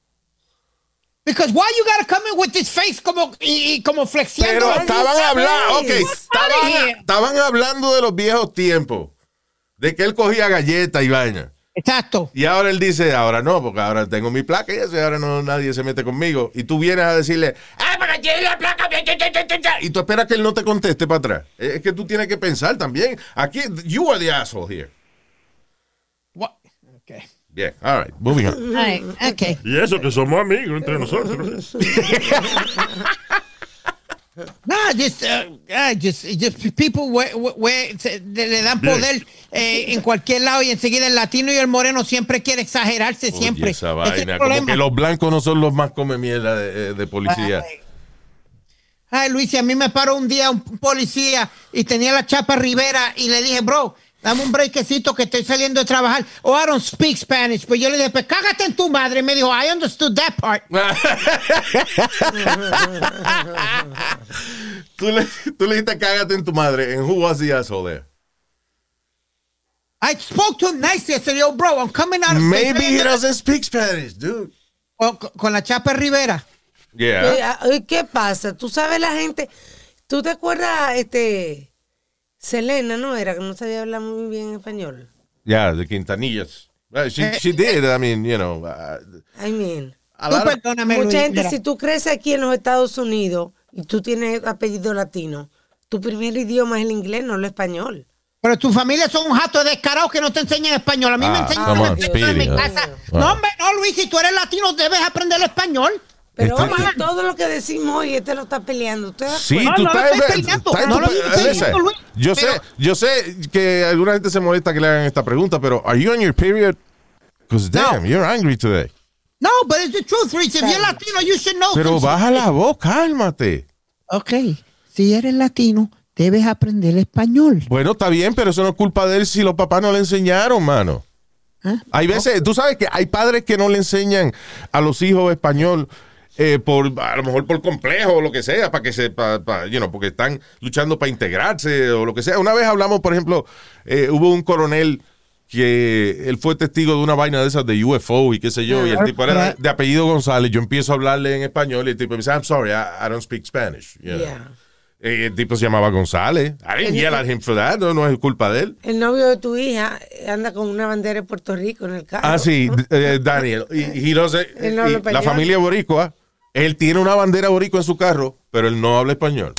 Because why you gotta come in with this face como, y, y como flexiando. Pero estaban hablando, ok, Fuck outta estaban, here. estaban hablando de los viejos tiempos, de que él cogía galletas y vaina. Exacto. Y ahora él dice, ahora no, porque ahora tengo mi placa y eso, y ahora no nadie se mete conmigo. Y tú vienes a decirle, ah, porque tiene la placa, y tú esperas que él no te conteste para atrás. Es que tú tienes que pensar también. Aquí, you are the asshole here. What? Okay. Bien, all right, moving on. All right, okay. Y eso que somos amigos entre nosotros. No, just, uh, uh, just, just people we- we- we- se- le, le dan Bien. poder eh, en cualquier lado y enseguida el latino y el moreno siempre quiere exagerarse, Oye, siempre. esa Ese es el vaina, como problema. que los blancos no son los más come mierda de, de policía. Ay. Ay, Luis, si a mí me paró un día un policía y tenía la chapa Rivera y le dije, bro, dame un breakcito que estoy saliendo de trabajar. Oh, I don't speak Spanish. Pues yo le dije, pues cágate en tu madre. Y me dijo, I understood that part. tú, le, tú le dijiste cágate en tu madre. And who was the asshole there? I spoke to him nicely. I said, yo, bro, I'm coming out of Maybe he doesn't speak Spanish, dude. Con, con la chapa Rivera. Yeah. Eh, ah, eh, ¿Qué pasa? Tú sabes la gente. ¿Tú te acuerdas, este, Selena, no era que no sabía hablar muy bien español? Yeah, the Quintanillas. Well, she, she did. I mean, you know. Uh, I mean, a Tú lot of- perdóname, mucha Luis, gente, mira. si tú creces aquí en los Estados Unidos y tú tienes apellido latino, tu primer idioma es el inglés, no el español. Pero tu familia son un jato de descarados que no te enseñan español. A mí me Ah, enseñan come on, español en mi Speedy. casa. Ah. No, hombre, no, Luis, si tú eres latino debes aprender el español. Pero Este- oye, todo lo que decimos hoy, este lo está peleando. ¿Usted da Sí, No, tú no lo estás, estoy peleando, estás en no tu lo pe- estoy listen, peleando, Luis. yo sé, Pero- yo sé que alguna gente se molesta que le hagan esta pregunta, pero are you on your period? Because damn, you're angry today. No, but it's the truth, Luis. If you're latino, you should know. Pero some baja shit. la voz, cálmate. Ok, si eres latino, debes aprender español. Bueno, está bien, pero eso no es culpa de él si los papás no le enseñaron, mano. ¿Ah? Hay veces, tú sabes que hay padres que no le enseñan a los hijos español eh, por a lo mejor por complejo o lo que sea, para que se, pa, pa, you know, porque están luchando para integrarse o lo que sea. Una vez hablamos, por ejemplo, eh, hubo un coronel que él fue testigo de una vaina de esas de U F O y qué sé yo, y el tipo era de, de apellido González. Yo empiezo a hablarle en español y el tipo me dice, I'm sorry, I, I don't speak Spanish. You know. Yeah. Eh, El tipo se llamaba González. I didn't yell at him for that. No, no es culpa de él. El novio de tu hija anda con una bandera de Puerto Rico en el carro. Ah, sí, eh, Daniel. Y, y no sé, Él no habla y español. la familia boricua, él tiene una bandera boricua en su carro, pero él no habla español.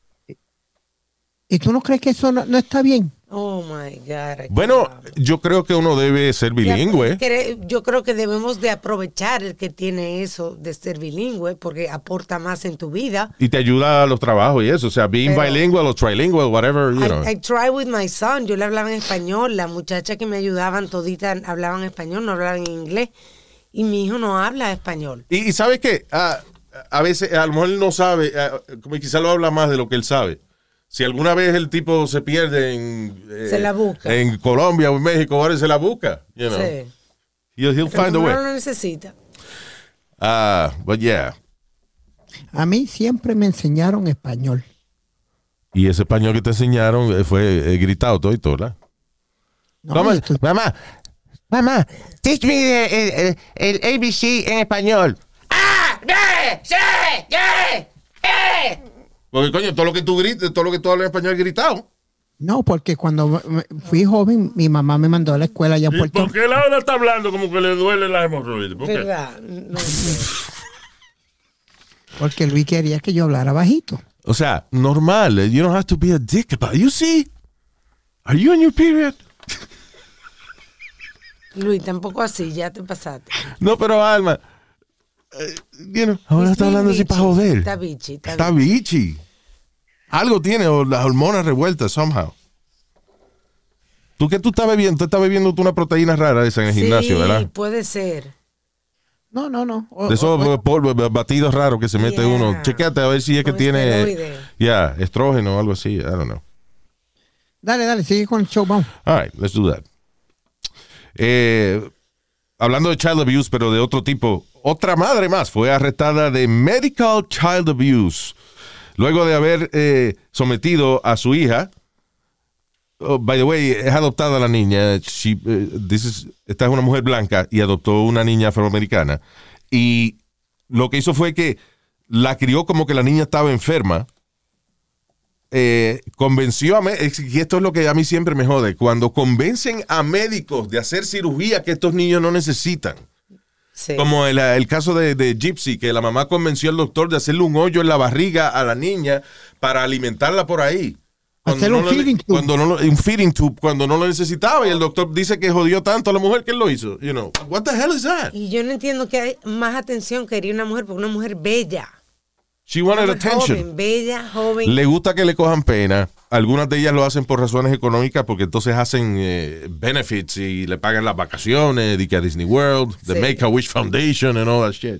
¿Y tú no crees que eso no, no está bien? Oh my God. I Bueno, can't. yo creo que uno debe ser bilingüe. Cre- Yo creo que debemos de aprovechar el que tiene eso de ser bilingüe porque aporta más en tu vida. Y te ayuda a los trabajos y eso. O sea, being Pero- bilingual o trilingual, whatever, you know. I, I try with my son. Yo le hablaba en español. La muchacha que me ayudaban toditas hablaban español, no hablaban en inglés. y mi hijo no habla español. Y, y ¿sabes qué? Ah, a veces, a lo mejor él no sabe, ah, como quizá lo habla más de lo que él sabe. Si alguna vez el tipo se pierde en, eh, se la busca. en Colombia o en México, ahora se la busca. You know? Sí. He'll, he'll find a way. No lo necesita. Ah, uh, but yeah. A mí siempre me enseñaron español. Y ese español que te enseñaron fue eh, gritado todo y todo, ¿verdad? No, ¿Cómo? esto- Mamá, mamá, teach me el, el, el A B C en español. ¡Ah! ¡B! ¡C! ¡D! ¡E! Porque, coño, todo lo que tú grites, todo lo que tú hablas en español es gritado. No, porque cuando me- fui joven, mi mamá me mandó a la escuela allá en ¿Y Puerto por qué la hora está hablando como que le duele la hemorroides? ¿Por qué? ¿Verdad? No sé. Porque Luis quería que yo hablara bajito. O sea, normal. You don't have to be a dick about it. You see? Are you on your period? Luis, tampoco así, ya te pasaste. No, pero Alma, eh, you know, ahora está hablando así para joder. Está bichi, está, Está bichi. bichi. Algo tiene, o las hormonas revueltas, somehow. ¿Tú qué tú estás bebiendo? Tú estás bebiendo tú una proteína rara esa en el Sí, gimnasio, ¿verdad? puede ser. No, no, no. O- De esos o- polvos, batidos raros que se mete Yeah. uno. Chequéate a ver si es que Con tiene, esteroides. ya, estrógeno o algo así. I don't know. Dale, dale, sigue con el show, vamos. All right, let's do that. Eh, hablando de child abuse, pero de otro tipo, otra madre más fue arrestada de medical child abuse luego de haber eh, sometido a su hija. Oh, by the way, es adoptada la niña. She, eh, this is- esta es una mujer blanca y adoptó una niña afroamericana. Y lo que hizo fue que la crió como que la niña estaba enferma. Eh, convenció a médicos, y esto es lo que a mí siempre me jode, cuando convencen a médicos de hacer cirugía que estos niños no necesitan. Sí. Como el, el caso de, de Gypsy, que la mamá convenció al doctor de hacerle un hoyo en la barriga a la niña para alimentarla por ahí. Hacerle un no lo- feeding tube. cuando no lo- un feeding tube cuando no lo necesitaba, y el doctor dice que jodió tanto a la mujer que él lo hizo. You know, what the hell is that? Y yo no entiendo que hay más atención quería una mujer, porque una mujer bella. She wanted Una mujer attention. joven, bella, joven. Le gusta que le cojan pena. Algunas de ellas lo hacen por razones económicas porque entonces hacen eh, benefits y le pagan las vacaciones, de que a Disney World, the Sí. Make-A-Wish Foundation and all that shit.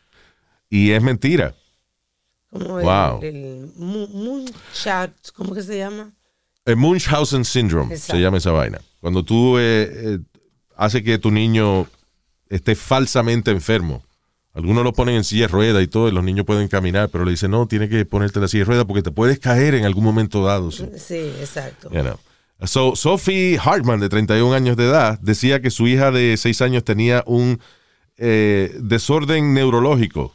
Y es mentira. Como el, Wow. el Mu- Moonshot, ¿cómo que se llama? El Munchausen Syndrome Exacto. se llama esa vaina. Cuando tú eh, eh, haces que tu niño esté falsamente enfermo. Algunos lo ponen en silla de ruedas y todo, y los niños pueden caminar, pero le dicen, no, tienes que ponerte en la silla de ruedas porque te puedes caer en algún momento dado. Sí. Sí, exacto. You know. So, Sophie Hartman, de treinta y un años de edad, decía que su hija de seis años tenía un eh, desorden neurológico.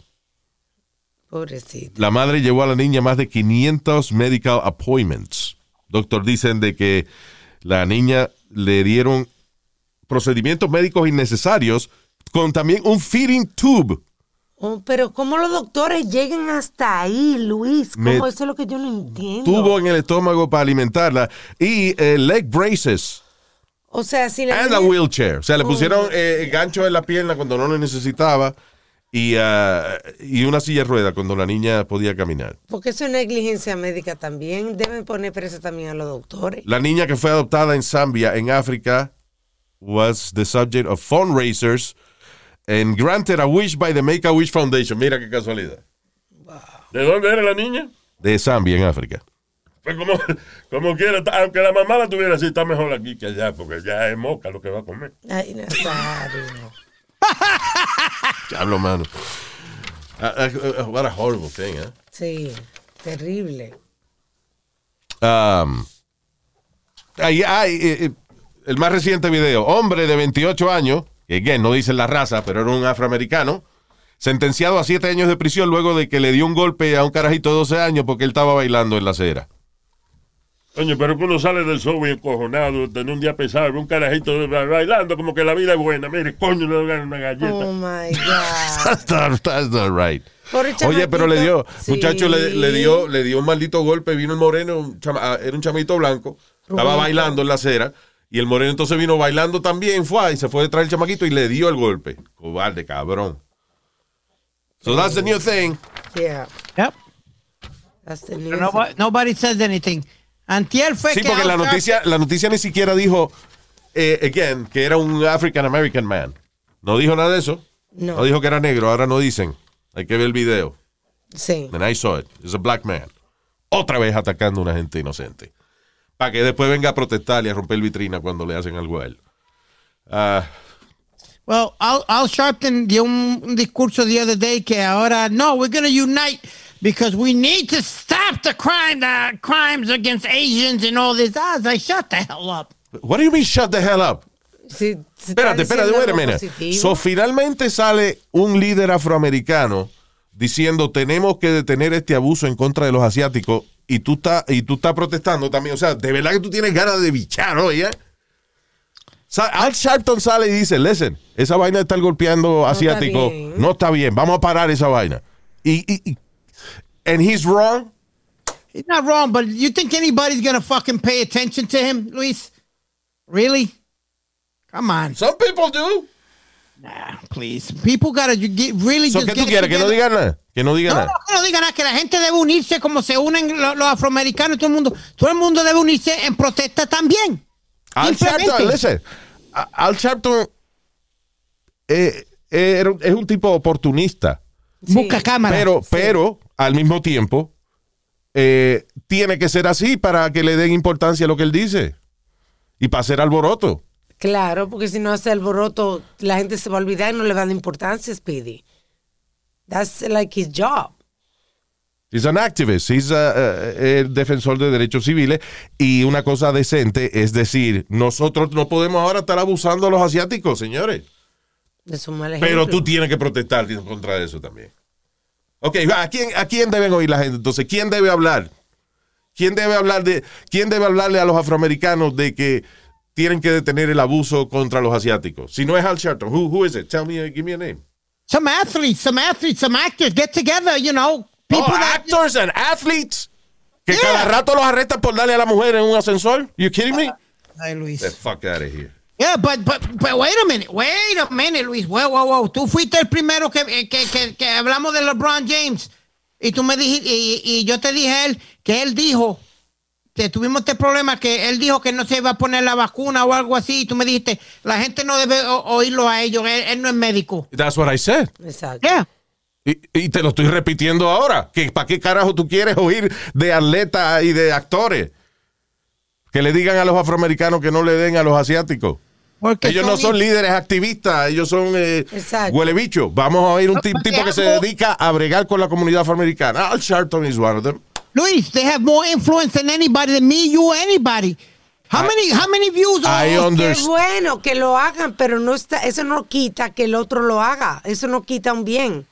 Pobrecito. La madre llevó a la niña más de quinientos medical appointments. Doctor dicen de que la niña le dieron procedimientos médicos innecesarios con también un feeding tube. Oh, pero ¿cómo los doctores llegan hasta ahí, Luis? ¿Cómo? Me- Eso es lo que yo no entiendo. Tubo en el estómago para alimentarla y eh, leg braces O sea, si la and a niña- wheelchair. O sea, le Oh. pusieron eh, gancho en la pierna cuando no lo necesitaba y, ah, y una silla de ruedas cuando la niña podía caminar. Porque eso es negligencia médica también. Deben poner presa también a los doctores. La niña que fue adoptada en Zambia, en África, was the subject of fundraisers and granted a wish by the Make-A-Wish Foundation. Mira qué casualidad. ¿De dónde era la niña? De Zambia, en África. Pues como, como quiera, ta- aunque la mamá la tuviera así, está mejor aquí que allá, porque ya es moca lo que va a comer. Ay, Nazario. Hablo, mano. Uh, uh, what a horrible thing, eh? Sí, terrible. Um, ahí hay eh, eh, el más reciente video. Hombre de veintiocho años, que again, no dice la raza, pero era un afroamericano, sentenciado a siete años de prisión luego de que le dio un golpe a un carajito de doce años porque él estaba bailando en la acera. Coño, pero que uno sale del show bien encojonado, tener un día pesado, ve un carajito bailando como que la vida es buena. Mire, coño, le dan una galleta. Oh my God. That's not, that's not right. Pobre Oye, pero le dio, chamaquito. muchacho, Sí. le, le dio le dio un maldito golpe. Vino el moreno, un chama- ah, era un chamito blanco, estaba Rubito. bailando en la acera. Y el moreno entonces vino bailando también, fue y se fue detrás del chamaquito y le dio el golpe. Cobarde, cabrón. So that's the new thing. Yeah, Yep. that's the Pero news. nobody, nobody says anything. Antier fue Sí, que porque la Al- noticia, la noticia ni siquiera dijo, eh, again, que era un African American man. No dijo nada de eso. No. No dijo que era negro, ahora no dicen. Hay que ver el video. Sí. And I saw it. It's a black man. Otra vez atacando a una gente inocente. Para que después venga a protestar y a romper vitrina cuando le hacen algo a él. Uh, well, Al, Al Sharpton dio un, un discurso the other day que ahora, no, we're going to unite because we need to stop the crime, the crimes against Asians and all this. I was like, shut the hell up. What do you mean shut the hell up? Sí, sí, espérate, espérate, wait a minute. So, finalmente sale un líder afroamericano diciendo tenemos que detener este abuso en contra de los asiáticos y tú estás y tú estás protestando también. O sea, de verdad que tú tienes ganas de bichar hoy, ¿eh? Al Sharpton sale y dice, listen, esa vaina de estar golpeando no asiáticos está no está bien, vamos a parar esa vaina. Y, y, y and he's wrong. He's not wrong, but you think anybody's gonna fucking pay attention to him, Luis? Really? Come on. Some people do. Nah, please. People gotta get, really so, just ¿qué get tú quieres? Que no digan nada. Que no digan no, nada. No, que no digan nada. Que la gente debe unirse como se unen los, los afroamericanos y todo el mundo. Todo el mundo debe unirse en protesta también. Al Sharpton, listen. Al Sharpton eh, eh, es un tipo oportunista. Sí. Busca cámara. Pero, sí. pero al mismo tiempo, eh, tiene que ser así para que le den importancia a lo que él dice. Y para hacer alboroto. Claro, porque si no hace alboroto, la gente se va a olvidar y no le va a dar importancia, Speedy. That's like his job. He's an activist. He's a, uh, el defensor de derechos civiles. Y una cosa decente es decir, nosotros no podemos ahora estar abusando a los asiáticos, señores. Es un mal ejemplo. Pero tú tienes que protestar contra eso también. Ok, ¿a quién, ¿a quién deben oír la gente? Entonces, ¿quién debe hablar? ¿Quién debe hablar de, quién debe hablarle a los afroamericanos de que tienen que detener el abuso contra los asiáticos? Si no es Al Sharpton, who, who is it? Tell me, give me a name. Some athletes, some athletes, some actors get together, you know. Oh, actors and athletes. Que yeah. cada rato los arrestan por darle a la mujer en un ascensor. You kidding me? Ay, Luis. Get the fuck out of here. Yeah, but, but, but wait a minute, wait a minute, Luis. Wow, wow, wow. Tú fuiste el primero que, que, que, que hablamos de LeBron James. Y tú me dijiste, y, y yo te dije a él, que él dijo, que tuvimos este problema, que él dijo que no se iba a poner la vacuna o algo así. Y tú me dijiste, la gente no debe o, oírlo a ellos, él, él no es médico. That's what I said. Exacto. Yeah. Y, y te lo estoy repitiendo ahora. Que ¿para qué carajo tú quieres oír de atletas y de actores? Que le digan a los afroamericanos que no le den a los asiáticos. Porque ellos son no son líderes activistas, ellos son eh, huelebichos. Vamos a oír un tipo que se dedica a bregar con la comunidad afroamericana. Al Sharpton is one of them. Luis, they have more influence than anybody, than me, you, anybody. How I, many, how many views? I oh, Qué bueno que lo hagan, pero no está, eso no quita que el otro lo haga. Eso no quita un bien.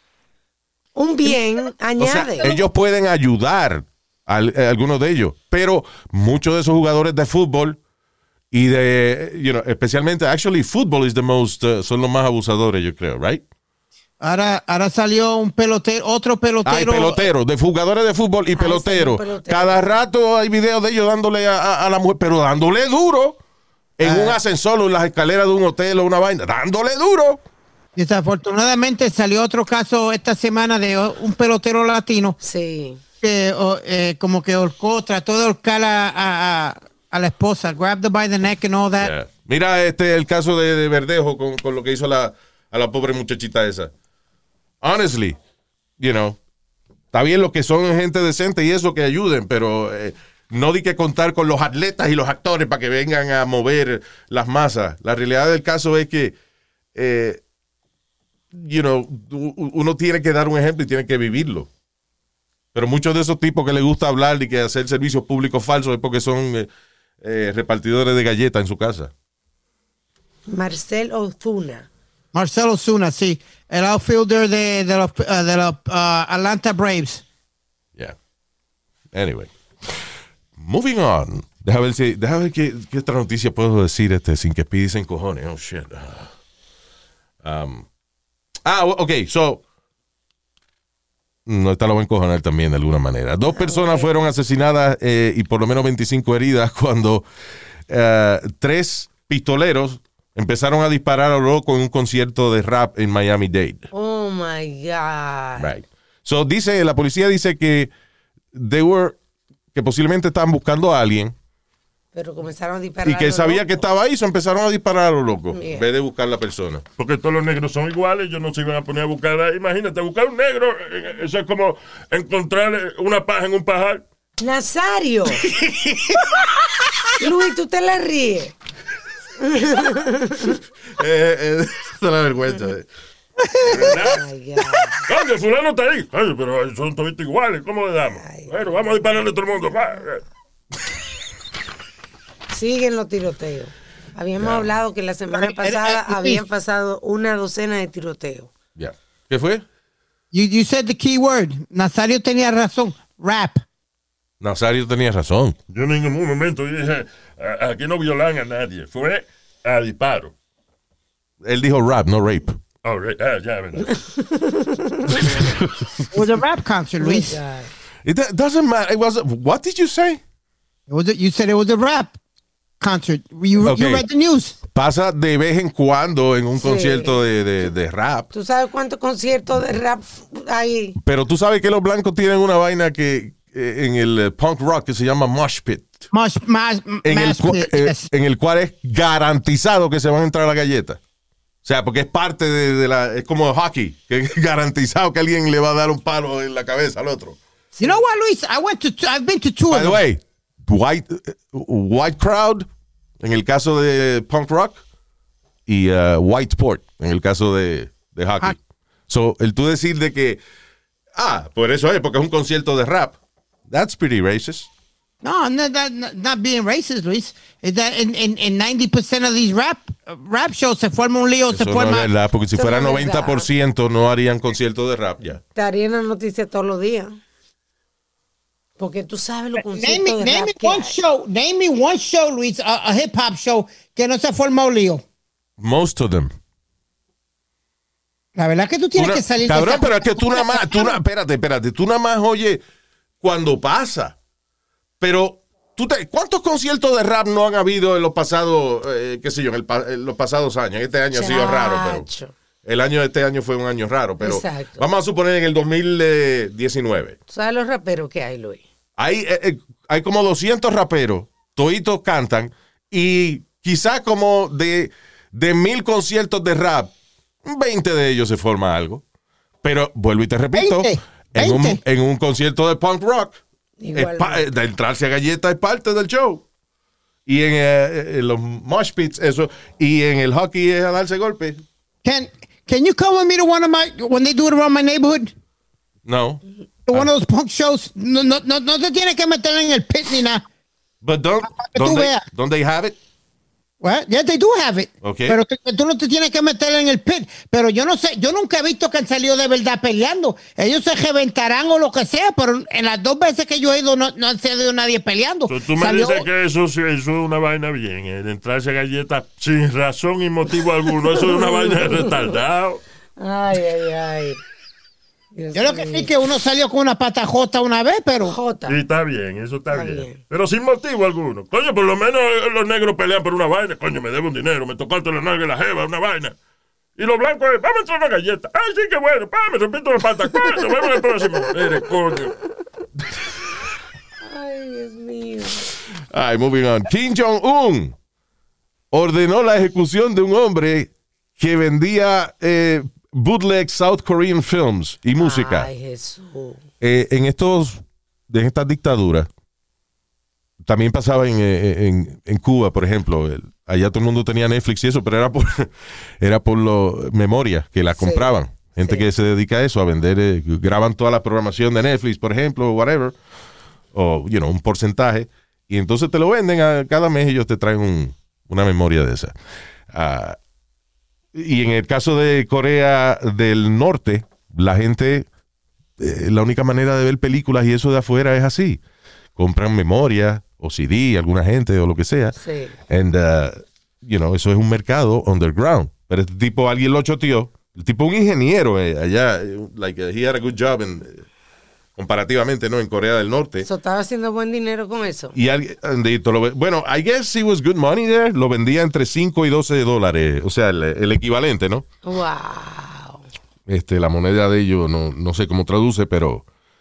Un bien añade. O sea, ellos pueden ayudar a, a algunos de ellos, pero muchos de esos jugadores de fútbol y de, you know, especialmente, actually, football is the most, uh, son los más abusadores, yo creo, right? Ahora, ahora salió un pelotero, otro pelotero. Hay peloteros, de jugadores de fútbol y peloteros. Pelotero. Cada rato hay videos de ellos dándole a, a, a la mujer, pero dándole duro en ah. un ascensor o en las escaleras de un hotel o una vaina, dándole duro. Desafortunadamente salió otro caso esta semana de un pelotero latino. Sí. Que eh, como que ahorcó, trató de ahorcar a, a, a la esposa, grabbed her by the neck and all that. Yeah. Mira este el caso de, de Verdejo con, con lo que hizo la, a la pobre muchachita esa. Honestly, you know, está bien lo que son gente decente y eso que ayuden, pero eh, no di que contar con los atletas y los actores para que vengan a mover las masas. La realidad del caso es que eh, you know, uno tiene que dar un ejemplo y tiene que vivirlo. Pero muchos de esos tipos que les gusta hablar y que hacer servicios públicos falsos es porque son eh, eh, repartidores de galletas en su casa. Marcel Ozuna. Marcel Ozuna, sí. El outfielder de, de los, uh, de los uh, Atlanta Braves. Yeah. Anyway. Moving on. Deja ver, si, deja ver qué, qué otra noticia puedo decir este sin que Speedy se encojone. Oh, shit. Um, ah, ok. So, no, esta lo voy a encojonar también de alguna manera. Dos personas fueron asesinadas eh, y por lo menos veinticinco heridas cuando uh, tres pistoleros empezaron a disparar a lo loco en un concierto de rap en Miami-Dade. Oh, my God. Right. So, dice, la policía dice que they were, que posiblemente estaban buscando a alguien Pero comenzaron a disparar. Y que a lo sabía loco. que estaba ahí, se empezaron a disparar a los locos, Yeah. en vez de buscar la persona. Porque todos los negros son iguales, ellos no se iban a poner a buscar. Imagínate, buscar un negro, eh, eso es como encontrar una paja en un pajar. Nazario. Luis, tú te le ríes. eh, eh, es una vergüenza. eh. Ay, God. Coño, fulano está ahí. Coño, pero son todos iguales, ¿cómo le damos? Ay. Bueno, vamos a dispararle a todo el mundo. Va. Siguen los tiroteos. Habíamos Yeah. hablado que la semana Pero, pasada eh, eh, habían pasado una docena de tiroteos. Ya. ¿Qué fue? You, you said the key word. Nazario tenía razón. Rap. Nazario tenía razón. Yo en ningún momento dije, "A- aquí no violan a nadie. Fue a disparo. Él dijo rap, no rape. Oh, right. Ah, ya, verdad. It was a rap concert, Luis. Oh, God. It do- doesn't matter. It was. What did you say? It was a, you said it was a rap concert. You, Okay. you read the news. Pasa de vez en cuando en un Sí. concierto de, de- de rap. ¿Tú sabes cuántos conciertos de rap hay? Pero tú sabes que los blancos tienen una vaina que eh, en el eh, punk rock que se llama mosh pit. Mosh, mash, En el, mash cu- pit, eh, yes. en el cual es garantizado que se van a entrar a la galleta. O sea, porque es parte de, de la. Es como hockey, que es garantizado que alguien le va a dar un palo en la cabeza al otro. You know what, Luis? I went to. I've been to two By of the them. way, white, white crowd en el caso de punk rock y uh, white sport en el caso de, de hockey. Hockey. So, el tú decir de que, ah, por eso es, porque es un concierto de rap. That's pretty racist. No, no, that, not, not being racist, Luis. Is that in, in, in ninety percent of these rap uh, rap shows se forma un lío, se Eso no forma. es verdad, porque si Eso fuera no es noventa por ciento no harían conciertos de rap ya. Estaría en la noticia todos los días. Porque tú sabes los Name conciertos me, de name rap me que one hay. show. Name me one show, Luis, a, a hip hop show que no se forma un lío. Most of them. La verdad que tú tienes Tú na- que salir. de cabrón, esa- pero es que tú nada más, tú na- espérate, espérate, tú nada más oyes cuando pasa. Pero, tú te- ¿cuántos conciertos de rap no han habido en los pasados, eh, qué sé yo, en, el pa- en los pasados años? Este año ha sido raro, pero Chacho. el año de este año fue un año raro, pero Exacto. vamos a suponer en el dos mil diecinueve. ¿Tú sabes los raperos que hay, Luis? Hay, eh, eh, hay como doscientos raperos, toditos cantan, y quizás como de, de mil conciertos de rap, veinte de ellos se forma algo. Pero vuelvo y te repito, veinte, en, un, veinte. en un concierto de punk rock, es Igual. pa- eh, de entrarse a galleta es parte del show. Y en, eh, en los mosh pits, eso, y en el hockey es a darse golpes. Can Can you come with me to one of my when they do it around my neighborhood? No. To one of those punk shows. No, no, no, no te tienes que meter en el pit ni nada. But don't, que tú don't, they, veas. don't they have it? Well, yes, they do have it. Okay. Pero tú, tú no te tienes que meter en el pit. Pero yo no sé, yo nunca he visto que han salido de verdad peleando. Ellos se reventarán o lo que sea, pero en las dos veces que yo he ido no, no ha salido nadie peleando. Entonces, tú me Salió- dices que eso, sí- eso es una vaina bien, eh, de entrarse a galletas sin razón y motivo alguno. Eso es una vaina de retardado. Ay, ay, ay. Dios Yo lo que mío. sí que uno salió con una pata jota una vez, pero Jota. Y está bien, eso está, Está bien. bien. Pero sin motivo alguno. Coño, por lo menos eh, los negros pelean por una vaina. Coño, me debo un dinero, me tocó la nalga y la jeva, una vaina. Y los blancos, eh, vamos a entrar una galleta. Ay, sí, qué bueno. Pa, me rompí toda la pata. Coño, nos vemos en el próximo. Eres coño. Ay, Dios mío. All right, moving on. Kim Jong-un ordenó la ejecución de un hombre que vendía eh, bootleg South Korean films y música. Ay, Jesús. Eh, en estos, de estas dictaduras, también pasaba en, eh, en, en Cuba, por ejemplo. El- allá todo el mundo tenía Netflix y eso, pero era por, era por lo, memoria que la Sí, compraban. Gente sí. que se dedica a eso, a vender, eh, graban toda la programación de Netflix, por ejemplo, whatever, o, you know, un porcentaje, y entonces te lo venden a cada mes, ellos te traen un- una memoria de esa. Ah, y en el caso de Corea del Norte, la gente, eh, la única manera de ver películas y eso de afuera es así. Compran memoria o C D, alguna gente o lo que sea. Sí. And, uh, you know, eso es un mercado underground. Pero este tipo, alguien lo choteó. El tipo, un ingeniero eh, allá, eh, like, uh, he had a good job en, eh, comparativamente, ¿no? En Corea del Norte. Eso estaba haciendo buen dinero con eso. Y alguien, andito, lo ve- bueno, I guess it was good money there. Lo vendía entre cinco y doce dólares. O sea, el, el equivalente, ¿no? Wow. Este, la moneda de ellos, no, no sé cómo traduce, pero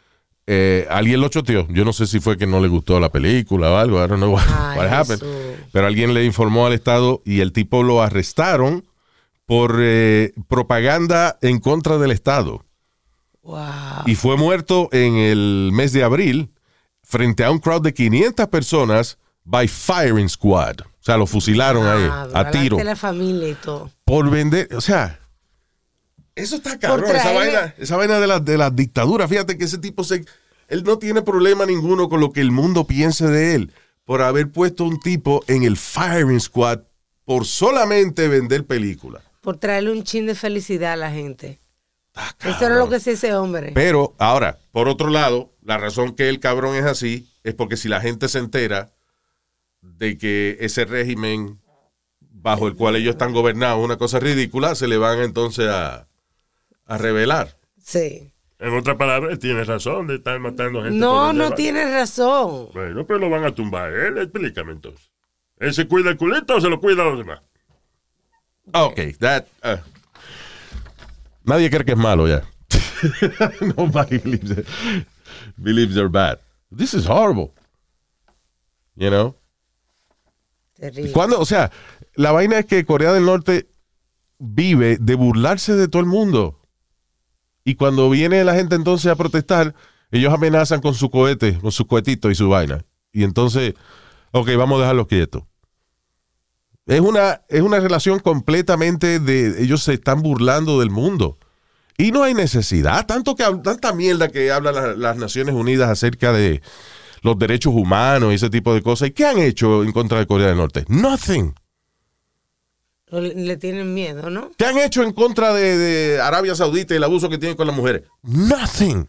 eh, alguien lo choteó. Yo no sé si fue que no le gustó la película o algo. I don't know what, Ay, what happened. Jesús. Pero alguien le informó al Estado y el tipo lo arrestaron por eh, propaganda en contra del Estado. Wow. Y fue muerto en el mes de abril frente a un crowd de quinientas personas by firing squad. O sea, lo fusilaron ahí Ah, a tiro. de la familia y todo. Por vender, o sea, eso está cabrón. Esa traerle- vaina, esa vaina de la, de la dictadura. Fíjate que ese tipo, se, él no tiene problema ninguno con lo que el mundo piense de él por haber puesto un tipo en el firing squad por solamente vender películas. Por traerle un chin de felicidad a la gente. Ah, Eso era lo que hacía ese hombre. Pero ahora, por otro lado, la razón que el cabrón es así es porque si la gente se entera de que ese régimen bajo el cual ellos están gobernados es una cosa ridícula, se le van entonces a, a rebelar. Sí. En otras palabras, él tiene razón de estar matando gente. No, por donde no va. tienes razón. Bueno, pero lo van a tumbar. Él, explícame entonces. ¿Él se cuida el culito o se lo cuida a los demás? Ok, that... Uh, nadie cree que es malo ya. Nobody believes, it, believes they're bad. This is horrible. You know? Terrible. ¿Cuándo? O sea, la vaina es que Corea del Norte vive de burlarse de todo el mundo. Y cuando viene la gente entonces a protestar, ellos amenazan con su cohete, con su cohetito y su vaina. Y entonces, ok, vamos a dejarlos quietos. Es una, es una relación completamente de... Ellos se están burlando del mundo. Y no hay necesidad. Tanto que, tanta mierda que hablan las, las Naciones Unidas acerca de los derechos humanos y ese tipo de cosas. ¿Y qué han hecho en contra de Corea del Norte? Nothing. Le, le tienen miedo, ¿no? ¿Qué han hecho en contra de, de Arabia Saudita y el abuso que tienen con las mujeres? Nothing.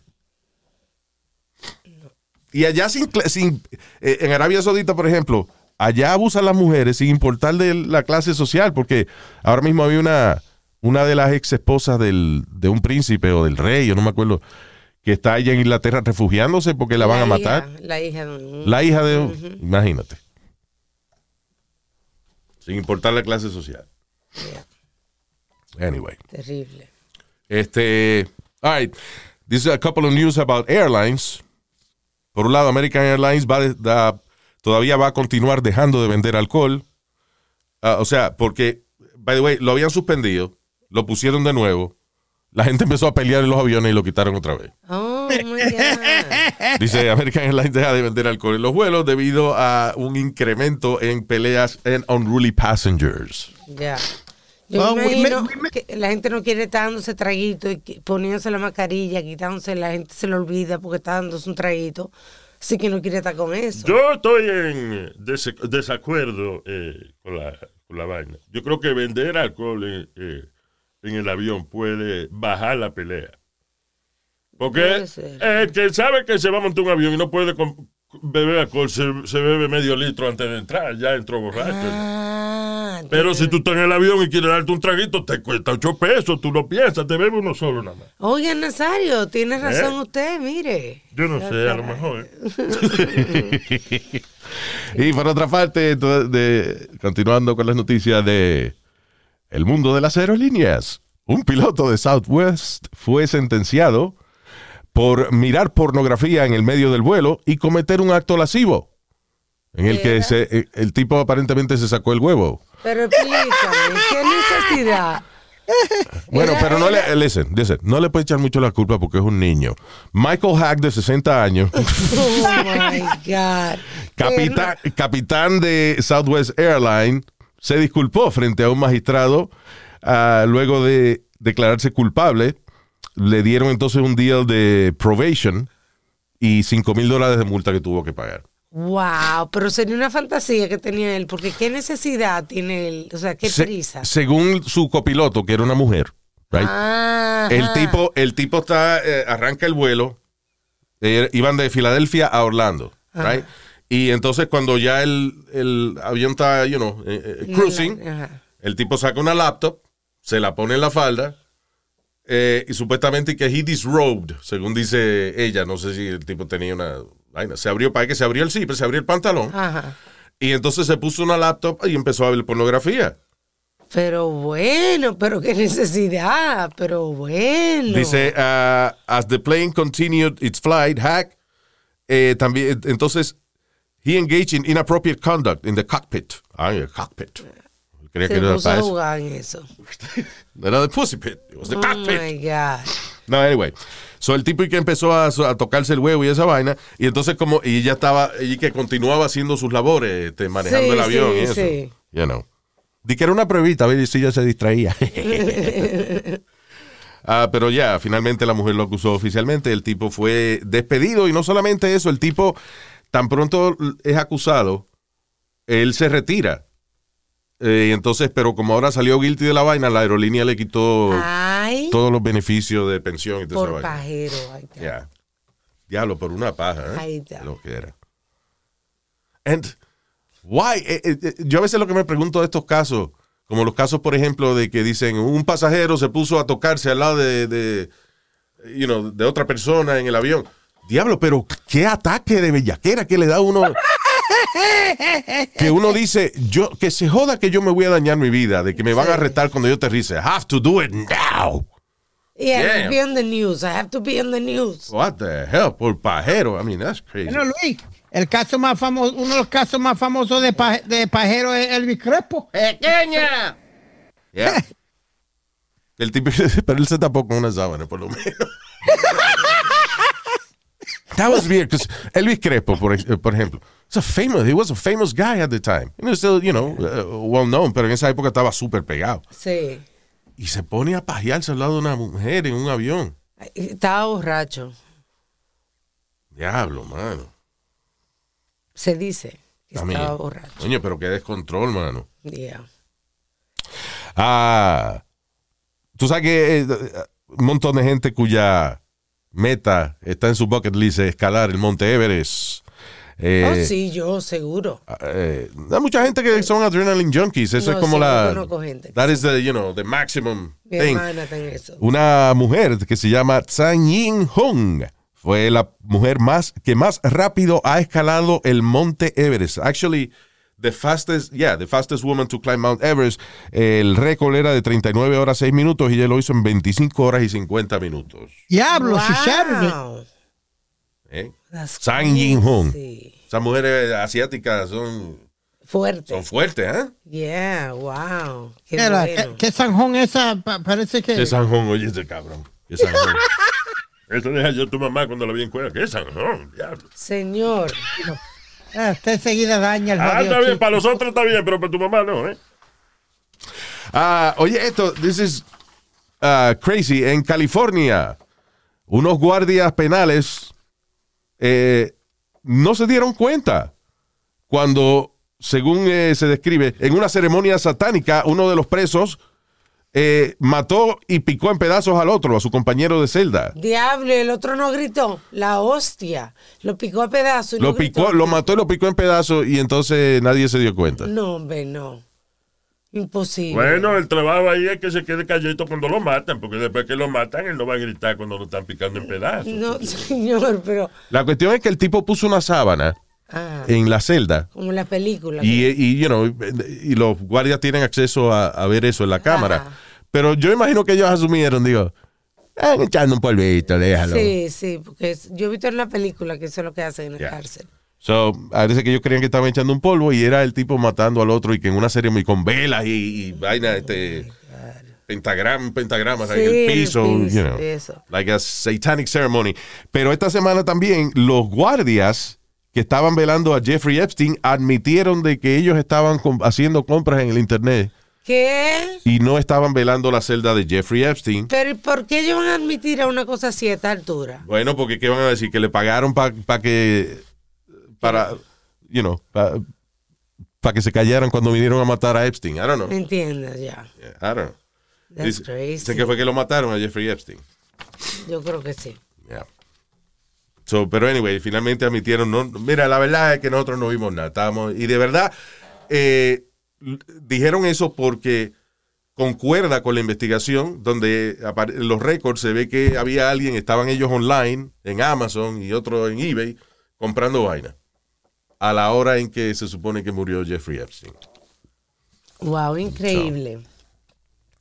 Y allá sin, sin eh, en Arabia Saudita, por ejemplo, allá abusan las mujeres sin importar de la clase social, porque ahora mismo había una, una de las ex esposas del, de un príncipe o del rey, yo no me acuerdo, que está allá en Inglaterra refugiándose porque la van a matar. Hija, la hija de un... La hija de un... Ujú. Imagínate. Sin importar la clase social. Yeah. Anyway. Terrible. Este, all right. This is a couple of news about airlines. Por un lado, American Airlines va de, da, todavía va a continuar dejando de vender alcohol. Uh, o sea, porque, by the way, lo habían suspendido, lo pusieron de nuevo. La gente empezó a pelear en los aviones y lo quitaron otra vez. Oh, my God. Dice, American Airlines deja de vender alcohol en los vuelos debido a un incremento en peleas en unruly passengers. Ya. Yo Oh, me we- imagino me- me- que la gente no quiere estar dándose traguito y que- poniéndose la mascarilla, quitándose, la gente se le olvida porque está dándose un traguito. Así que no quiere estar con eso. Yo estoy en des- desacuerdo eh, con, la, con la vaina. Yo creo que vender alcohol en, eh, en el avión puede bajar la pelea. Porque Puede ser. el que sabe que se va a montar un avión y no puede com- beber alcohol, se, se bebe medio litro antes de entrar, ya entró borracho. Ah, Pero si tú estás en el avión y quieres darte un traguito, te cuesta ocho pesos, tú lo piensas, te bebes uno solo nada más. Oiga, Nazario, tiene razón ¿Eh? usted, mire. Yo no sé, a lo mejor. ¿eh? Y por otra parte, to- de, continuando con las noticias de el mundo de las aerolíneas, un piloto de Southwest fue sentenciado por mirar pornografía en el medio del vuelo y cometer un acto lascivo, en el que se, el, el tipo aparentemente se sacó el huevo. Pero explícame, ¿qué necesidad? Bueno, Era- pero no era- le, listen, listen, no le puede echar mucho la culpa porque es un niño. Michael Hack, de sesenta años, Oh, my God. capitán, capitán de Southwest Airlines, se disculpó frente a un magistrado uh, luego de declararse culpable. Le dieron entonces un deal de probation y cinco mil dólares de multa que tuvo que pagar. Wow, pero sería una fantasía que tenía él, porque qué necesidad tiene él, o sea, qué Se- prisa. según su copiloto, que era una mujer, right? Ah, el tipo, el tipo está, eh, arranca el vuelo, eh, iban de Filadelfia a Orlando, right? Y entonces cuando ya el, el avión está, you know, eh, eh, cruising, Ajá. el tipo saca una laptop, se la pone en la falda, eh, y supuestamente que he disrobed, según dice ella, no sé si el tipo tenía una vaina, se abrió, para que se abrió el zipper, se abrió el pantalón, Ajá. y entonces se puso una laptop y empezó a ver pornografía. Pero bueno, pero qué necesidad, pero bueno. Dice, uh, as the plane continued its flight, Hack, eh, también, entonces, he engaged in inappropriate conduct in the cockpit. Ah, en el cockpit. Creía Se que era puso a para eso. jugar en eso. No era the pussy pit, it was the Oh cockpit. my God. No, anyway. So el tipo y que empezó a, a tocarse el huevo y esa vaina, y entonces como, y ella estaba, y que continuaba haciendo sus labores, este, manejando Sí, el avión sí, y eso. sí. You know. Di que era una pruebita, a ver si ella se distraía. Ah, pero ya, finalmente la mujer lo acusó oficialmente, el tipo fue despedido, y no solamente eso, el tipo, tan pronto es acusado, él se retira. Eh, entonces, pero como ahora salió guilty de la vaina, la aerolínea le quitó Ay, todos los beneficios de pensión y toda por esa vaina. pajero. Ay, Ya. Yeah. Diablo, por una paja, ¿eh? Ahí está. Lo que era. And why? Eh, eh, yo a veces lo que me pregunto de estos casos, como los casos, por ejemplo, de que dicen un pasajero se puso a tocarse al lado de, de, you know, de otra persona en el avión. Diablo, pero qué ataque de bellaquera que le da uno. Que uno dice, yo, que se joda que yo me voy a dañar mi vida, de que me van a retar cuando yo aterrice. I have to do it now. Yeah, I have Damn. to be on the news. I have to be on the news. What the hell? Por pajero. I mean, that's crazy. Bueno, Luis, el caso más famoso, uno de los casos más famosos de, paje- de pajero es Elvis Crespo. ¡Pequeña! Yeah. El tipo, pero él se tapó con una sábana, por lo menos. That was weird, because Elvis Crespo, por, ex- por ejemplo, was a famous, he was a famous guy at the time. He was still, you know, uh, well known, pero en esa época estaba súper pegado. Sí. Y se pone a pajearse al lado de una mujer en un avión. Ay, estaba borracho. Diablo, mano. Se dice que I mean, estaba borracho. Coño, pero qué descontrol, mano. Yeah. Ah, tú sabes que eh, un montón de gente cuya meta está en su bucket list es escalar el Monte Everest. Eh, oh, sí, yo, seguro. eh, hay mucha gente que son adrenaline junkies. Eso No, es como sí, la. yo conozco gente que That is the, you know, the maximum Mi thing. hermana está en eso. Una mujer que se llama Tsang Yin Hong fue la mujer más que más rápido ha escalado el Monte Everest. Actually, the fastest, yeah, the fastest woman to climb Mount Everest. El récord era de treinta y nueve horas seis minutos y ella lo hizo en veinticinco horas y cincuenta minutos. Diablo, she shattered it. Wow. ¿Eh? That's Tsang Yin Hong. crazy. Esas mujeres asiáticas son, Fuerte. son fuertes, ¿eh? Yeah, wow. Qué Era, bueno. ¿qué, qué sanjón esa? Pa- parece que... ¿Qué Sanjón? Oye, ese cabrón. ¿Qué Sanjón? Eso deja yo a tu mamá cuando la vi en cueva. ¿Qué es Sanjón? Diablo. Señor. Ah, usted enseguida daña el Ah, jodido está bien. chiste. Para los otros está bien, pero para tu mamá no, ¿eh? Ah, oye, esto, this is uh, crazy. En California, unos guardias penales eh, no se dieron cuenta cuando, según eh, se describe, en una ceremonia satánica, uno de los presos eh, mató y picó en pedazos al otro, a su compañero de celda. Diablo, el otro no gritó. La hostia. Lo picó a pedazos. y no Lo picó, gritó. lo mató y lo picó en pedazos y entonces nadie se dio cuenta. No, hombre, no. Imposible. Bueno, el trabajo ahí es que se quede calladito cuando lo matan, porque después que lo matan, él no va a gritar cuando lo están picando en pedazos. No, señor, pero. La cuestión es que el tipo puso una sábana Ah, en la celda. como en la película. Y, y, you know, y los guardias tienen acceso a, a ver eso en la cámara. Ajá. Pero yo imagino que ellos asumieron, digo, "Ah, echando un polvito, déjalo." Sí, sí, porque es- yo he visto en la película que eso es lo que hacen en la Yeah. cárcel. So, parece que ellos creían que estaban echando un polvo y era el tipo matando al otro y que en una serie muy con velas y, y vaina, este, pentagram, pentagramas ahí en Sí, el en el piso, piso, you know, eso. like a satanic ceremony. Pero esta semana también los guardias que estaban velando a Jeffrey Epstein admitieron de que ellos estaban com- haciendo compras en el internet ¿Qué? y no estaban velando la celda de Jeffrey Epstein. Pero ¿y por qué ellos van a admitir a una cosa así a esta altura? Bueno, porque ¿qué van a decir? Que le pagaron para pa que, para, you know, para pa que se callaran cuando vinieron a matar a Epstein. I don't know. Entiendes ya. Yeah, I don't know. That's Dice, crazy. dice que fue que lo mataron a Jeffrey Epstein. Yo creo que sí. Yeah. So, pero anyway, finalmente admitieron, no, mira, la verdad es que nosotros no vimos nada. Estábamos, y de verdad, eh, dijeron eso porque concuerda con la investigación donde apare- en los récords se ve que había alguien, estaban ellos online en Amazon y otro en eBay comprando vaina a la hora en que se supone que murió Jeffrey Epstein. Wow, increíble.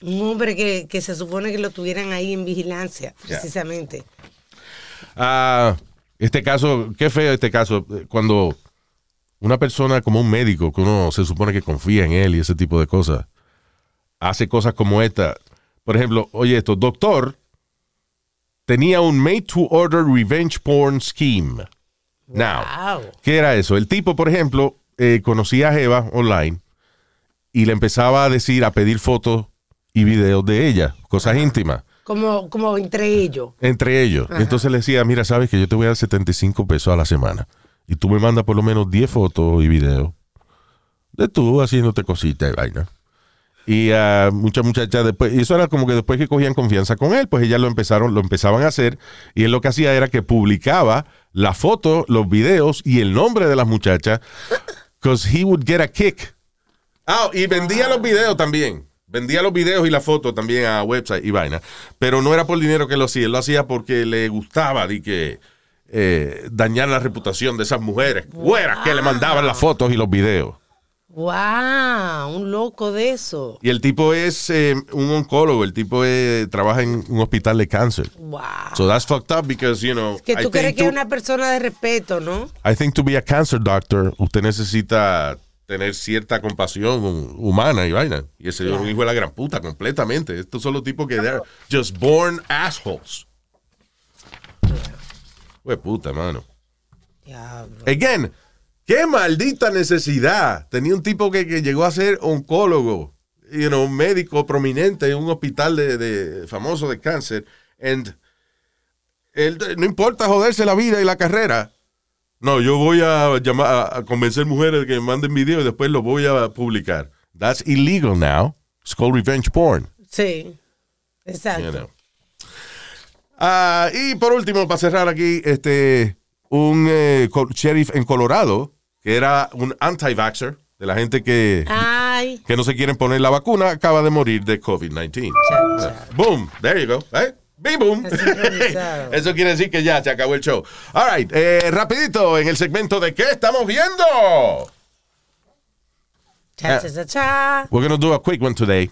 Un hombre que, que se supone que lo tuvieran ahí en vigilancia, precisamente. Yeah. Uh, este caso, qué feo este caso, cuando una persona como un médico, que uno se supone que confía en él y ese tipo de cosas, hace cosas como esta. Por ejemplo, oye esto, doctor tenía un made-to-order revenge porn scheme. Wow. Now, ¿qué era eso? El tipo, por ejemplo, eh, conocía a Jeva online y le empezaba a decir, a pedir fotos y videos de ella, cosas íntimas. Como, como entre ellos. Entre ellos. Ajá. Entonces le decía, mira, sabes que yo te voy a dar setenta y cinco pesos a la semana y tú me mandas por lo menos diez fotos y videos de tú haciéndote cositas y vaina. Y uh, muchas muchachas después, y eso era como que después que cogían confianza con él, pues ellas lo empezaron, lo empezaban a hacer, y él lo que hacía era que publicaba la foto, los videos y el nombre de las muchachas, because he would get a kick. Ah, y vendía los videos también. Vendía los videos y la foto también a website y vaina. Pero no era por dinero que lo hacía, él lo hacía porque le gustaba de que eh, dañar la reputación de esas mujeres, fuera wow. que le mandaban las fotos y los videos. ¡Wow! Un loco de eso. Y el tipo es eh, un oncólogo. El tipo eh, trabaja en un hospital de cáncer. ¡Wow! So that's fucked up because, you know... Es que tú I crees que to, es una persona de respeto, ¿no? I think to be a cancer doctor, usted necesita tener cierta compasión humana y vaina. Y ese yeah. es un hijo de la gran puta completamente. Estos son los tipos que they're just born assholes. Hue puta, mano. Diablo. Again... ¡Qué maldita necesidad! Tenía un tipo que, que llegó a ser oncólogo, you know, un médico prominente en un hospital de, de famoso de cáncer. And él, no importa joderse la vida y la carrera. No, yo voy a llamar a convencer mujeres que me manden video y después lo voy a publicar. That's illegal now. It's called revenge porn. Sí, exacto. You know. uh, y por último, para cerrar aquí, este... un eh, sheriff en Colorado que era un anti-vaxxer, de la gente que, que no se quieren poner la vacuna, acaba de morir de COVID diecinueve. Chao, chao. Boom, there you go. ¿Eh? Bim, boom. Eso quiere decir que ya se acabó el show. All right, eh, rapidito, en el segmento de ¿qué estamos viendo? Cha, cha, cha, cha. We're going to do a quick one today.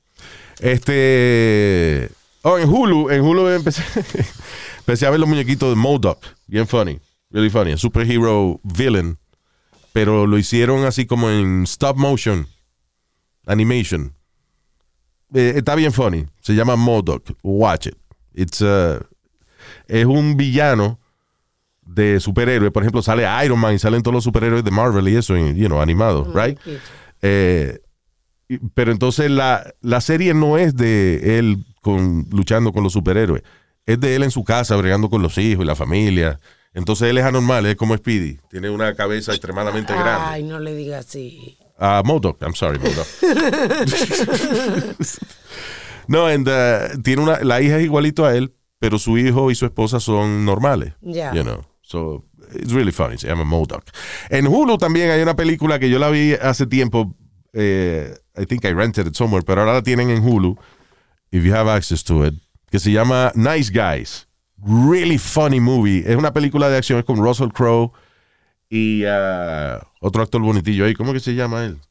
Este... Oh, en Hulu, en Hulu empecé, empecé a ver los muñequitos de M O D O K. Bien funny. Really funny. A superhero villain. Pero lo hicieron así como en stop motion. Animation. Eh, está bien funny. Se llama M O D O K. Watch it. It's uh, es un villano de superhéroe. Por ejemplo, sale Iron Man y salen todos los superhéroes de Marvel y eso, you know, animado, mm, right? Eh, pero entonces la, la serie no es de él con, luchando con los superhéroes. Es de él en su casa, bregando con los hijos y la familia. Entonces él es anormal, es como Speedy. Tiene una cabeza extremadamente Ay, grande. Ay, no le digas así. Ah, uh, M O D O K, I'm sorry, M O D O K. No, and, uh, tiene una, la hija es igualito a él, pero su hijo y su esposa son normales. Yeah. You know, so it's really funny. Se llama M O D O K. En Hulu también hay una película que yo la vi hace tiempo. Eh, I think I rented it somewhere, pero ahora la tienen en Hulu, if you have access to it, que se llama Nice Guys. Really funny movie. Es una película de acción, es con Russell Crowe y uh, otro actor bonitillo ahí. ¿Cómo que se llama él?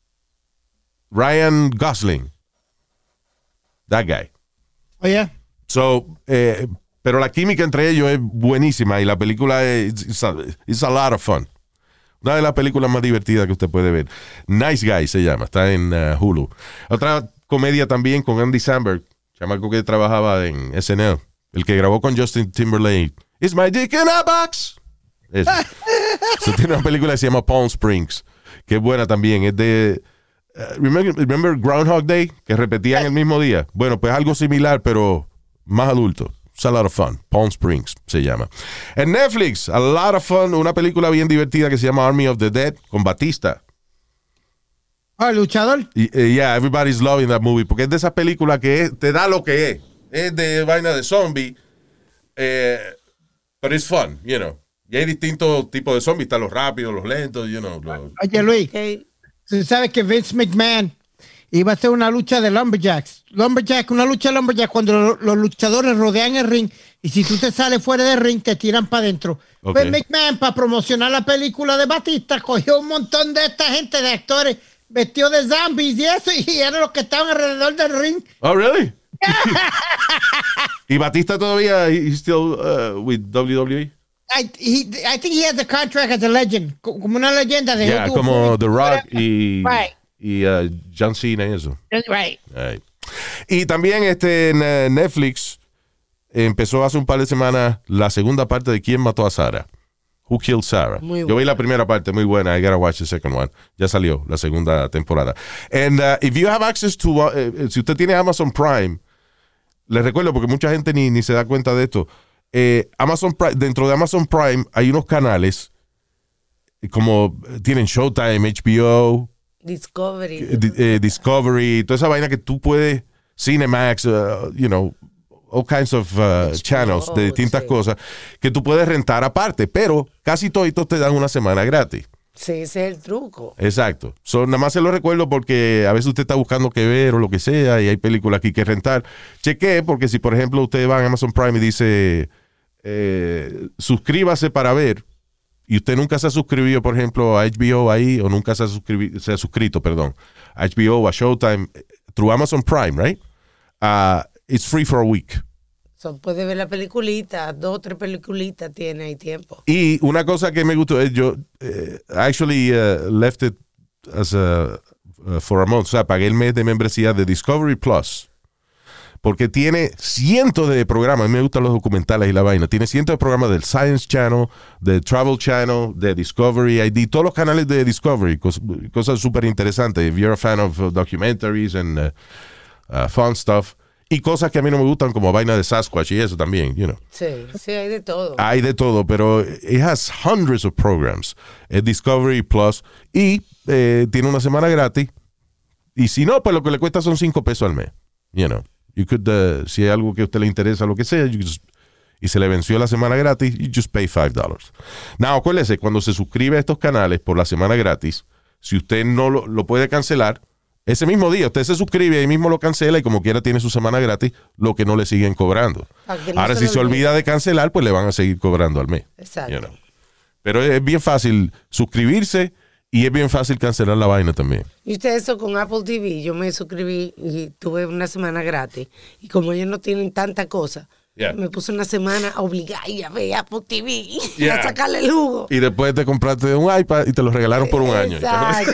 Ryan Gosling. That guy. Oh, yeah. So, eh, pero la química entre ellos es buenísima y la película es it's a, it's a lot of fun. Una de las películas más divertidas que usted puede ver. Nice Guy se llama, está en uh, Hulu. Otra comedia también con Andy Samberg, chamaco que trabajaba en S N L, el que grabó con Justin Timberlake. It's my dick in a box. Eso. So, tiene una película que se llama Palm Springs, que es buena también. Es de... Uh, remember, remember Groundhog Day? Que repetían el mismo día. Bueno, pues algo similar, pero más adulto. It's a lot of fun. Palm Springs se llama. En Netflix, a lot of fun. Una película bien divertida que se llama Army of the Dead con Batista. Ah, el luchador. Y, uh, yeah, everybody's loving that movie. Porque es de esas películas que es, te da lo que es. Es de vaina de zombie. Eh, pero it's fun, you know. Y hay distintos tipos de zombies. Están los rápidos, los lentos, you know. Los... Oye, Luis. Okay. Tú sabes que Vince McMahon iba a hacer una lucha de lumberjacks. Lumberjack, una lucha de lumberjacks cuando lo, los luchadores rodean el ring y si tú te sales fuera del ring te tiran para adentro. Okay. Pues McMahon, para promocionar la película de Batista, cogió un montón de esta gente de actores vestido de zombies y eso, y eran los que estaban alrededor del ring. Oh, really? ¿Y Batista todavía, he's still uh, with W W E? I, he, I think he has a contract as a legend, co- como una leyenda de Yeah, como The Rock y, Right. y uh, John Cena y eso. Right. Right. Y también este en, uh, Netflix empezó hace un par de semanas la segunda parte de ¿Quién mató a Sarah? Who Killed Sarah? Muy Yo vi buena. la primera parte, muy buena. I gotta watch the second one. Ya salió la segunda temporada. And uh, if you have access to, uh, eh, si usted tiene Amazon Prime, les recuerdo porque mucha gente ni, ni se da cuenta de esto. Eh, Amazon Prime, dentro de Amazon Prime hay unos canales como tienen Showtime, H B O, Discovery. eh, eh, Discovery, toda esa vaina que tú puedes, Cinemax, uh, you know, all kinds of uh, channels de distintas sí. cosas que tú puedes rentar aparte, pero casi toditos te dan una semana gratis. Sí, ese es el truco. Exacto. So, nada más se lo recuerdo porque a veces usted está buscando qué ver o lo que sea y hay películas aquí que rentar. Cheque, porque si por ejemplo usted va a Amazon Prime y dice eh, suscríbase para ver y usted nunca se ha suscribido, por ejemplo, a H B O ahí o nunca se ha, suscribi- se ha suscrito, perdón, a H B O o a Showtime through Amazon Prime, right? Uh, it's free for a week. So, puede ver la peliculita, dos o tres peliculitas tiene ahí tiempo. Y una cosa que me gustó es yo eh, actually uh, left it as a, uh, for a month, o sea, pagué el mes de membresía de Discovery Plus porque tiene cientos de programas. A mí me gustan los documentales y la vaina. Tiene cientos de programas del Science Channel, del Travel Channel, de Discovery I D, todos los canales de Discovery, cos, cosas súper interesantes. If you're a fan of uh, documentaries and uh, uh, fun stuff. Y cosas que a mí no me gustan, como vaina de Sasquatch y eso también, you know. Sí, sí, hay de todo. Hay de todo, pero it has hundreds of programs. Es Discovery Plus y eh, tiene una semana gratis. Y si no, pues lo que le cuesta son cinco pesos al mes. You know, you could, uh, si hay algo que a usted le interesa, lo que sea, you just, y se le venció la semana gratis, you just pay five dollars. Now, acuérdese, cuando se suscribe a estos canales por la semana gratis, si usted no lo, lo puede cancelar, ese mismo día usted se suscribe y ahí mismo lo cancela y como quiera tiene su semana gratis, lo que no le siguen cobrando. No Ahora, se si se olvida de cancelar, pues le van a seguir cobrando al mes. Exacto. You know. Pero es bien fácil suscribirse y es bien fácil cancelar la vaina también. Y usted eso con Apple T V, yo me suscribí y tuve una semana gratis. Y como ellos no tienen tanta cosa, Yeah. me puse una semana obligada a ver Apple T V y Yeah. a sacarle el jugo. Y después te compraste un iPad y te lo regalaron por un año. Exacto.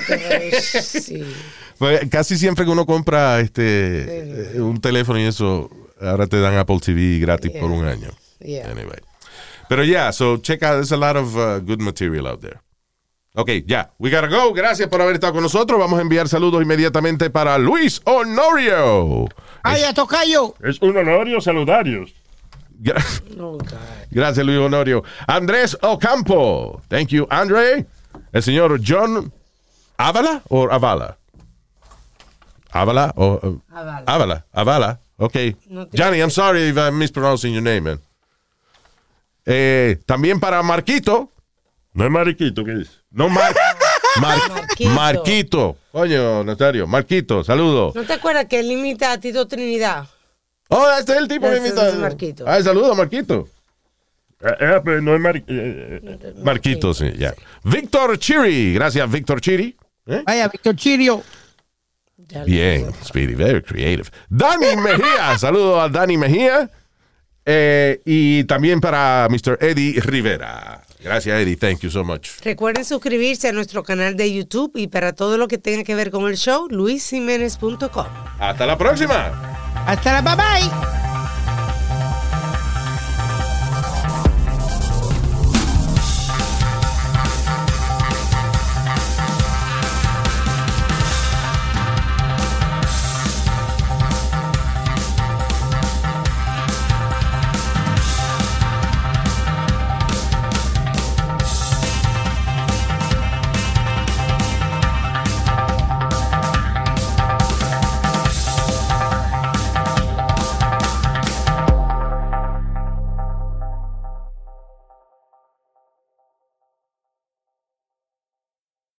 Sí. Pues casi siempre que uno compra este eh, un teléfono y eso, ahora te dan Apple T V gratis Yeah. por un año. Yeah. Anyway. Pero ya, yeah, so check out, there's a lot of uh, good material out there. Ok, ya, yeah. We gotta go. Gracias por haber estado con nosotros. Vamos a enviar saludos inmediatamente para Luis Honorio. Ay, a tocayo. Es un honorio saludarios. Gra- Oh, God. Gracias, Luis Honorio. Andrés Ocampo. Thank you, Andre. El señor John Avala o Avala. Avala o uh, Avala. Avala. Avala. Okay. No te- Johnny, I'm sorry if I'm mispronouncing your name, man. Eh, también para Marquito. No es mariquito, ¿qué dice? No, Mar Mar Marquito. Marquito. Coño, Nazario. Marquito, saludo. ¿No te acuerdas que él imita a Tito Trinidad? Oh, este es el tipo que Ese invita. es Marquito. Ah, saludo, Marquito. Eh, eh, pero no es mariquito. Eh, eh, Marquito, sí, ya. Víctor Chiri. Gracias, Víctor Chiri. ¿Eh? Vaya, Víctor Chirio. Ya lo Bien, sé. Speedy, very creative. Dani Mejía, saludo a Dani Mejía. Eh, y también para mister Eddie Rivera. Gracias, Eddie, thank you so much. Recuerden suscribirse a nuestro canal de YouTube y para todo lo que tenga que ver con el show, luis jiménez punto com. Hasta la próxima. Hasta la bye bye.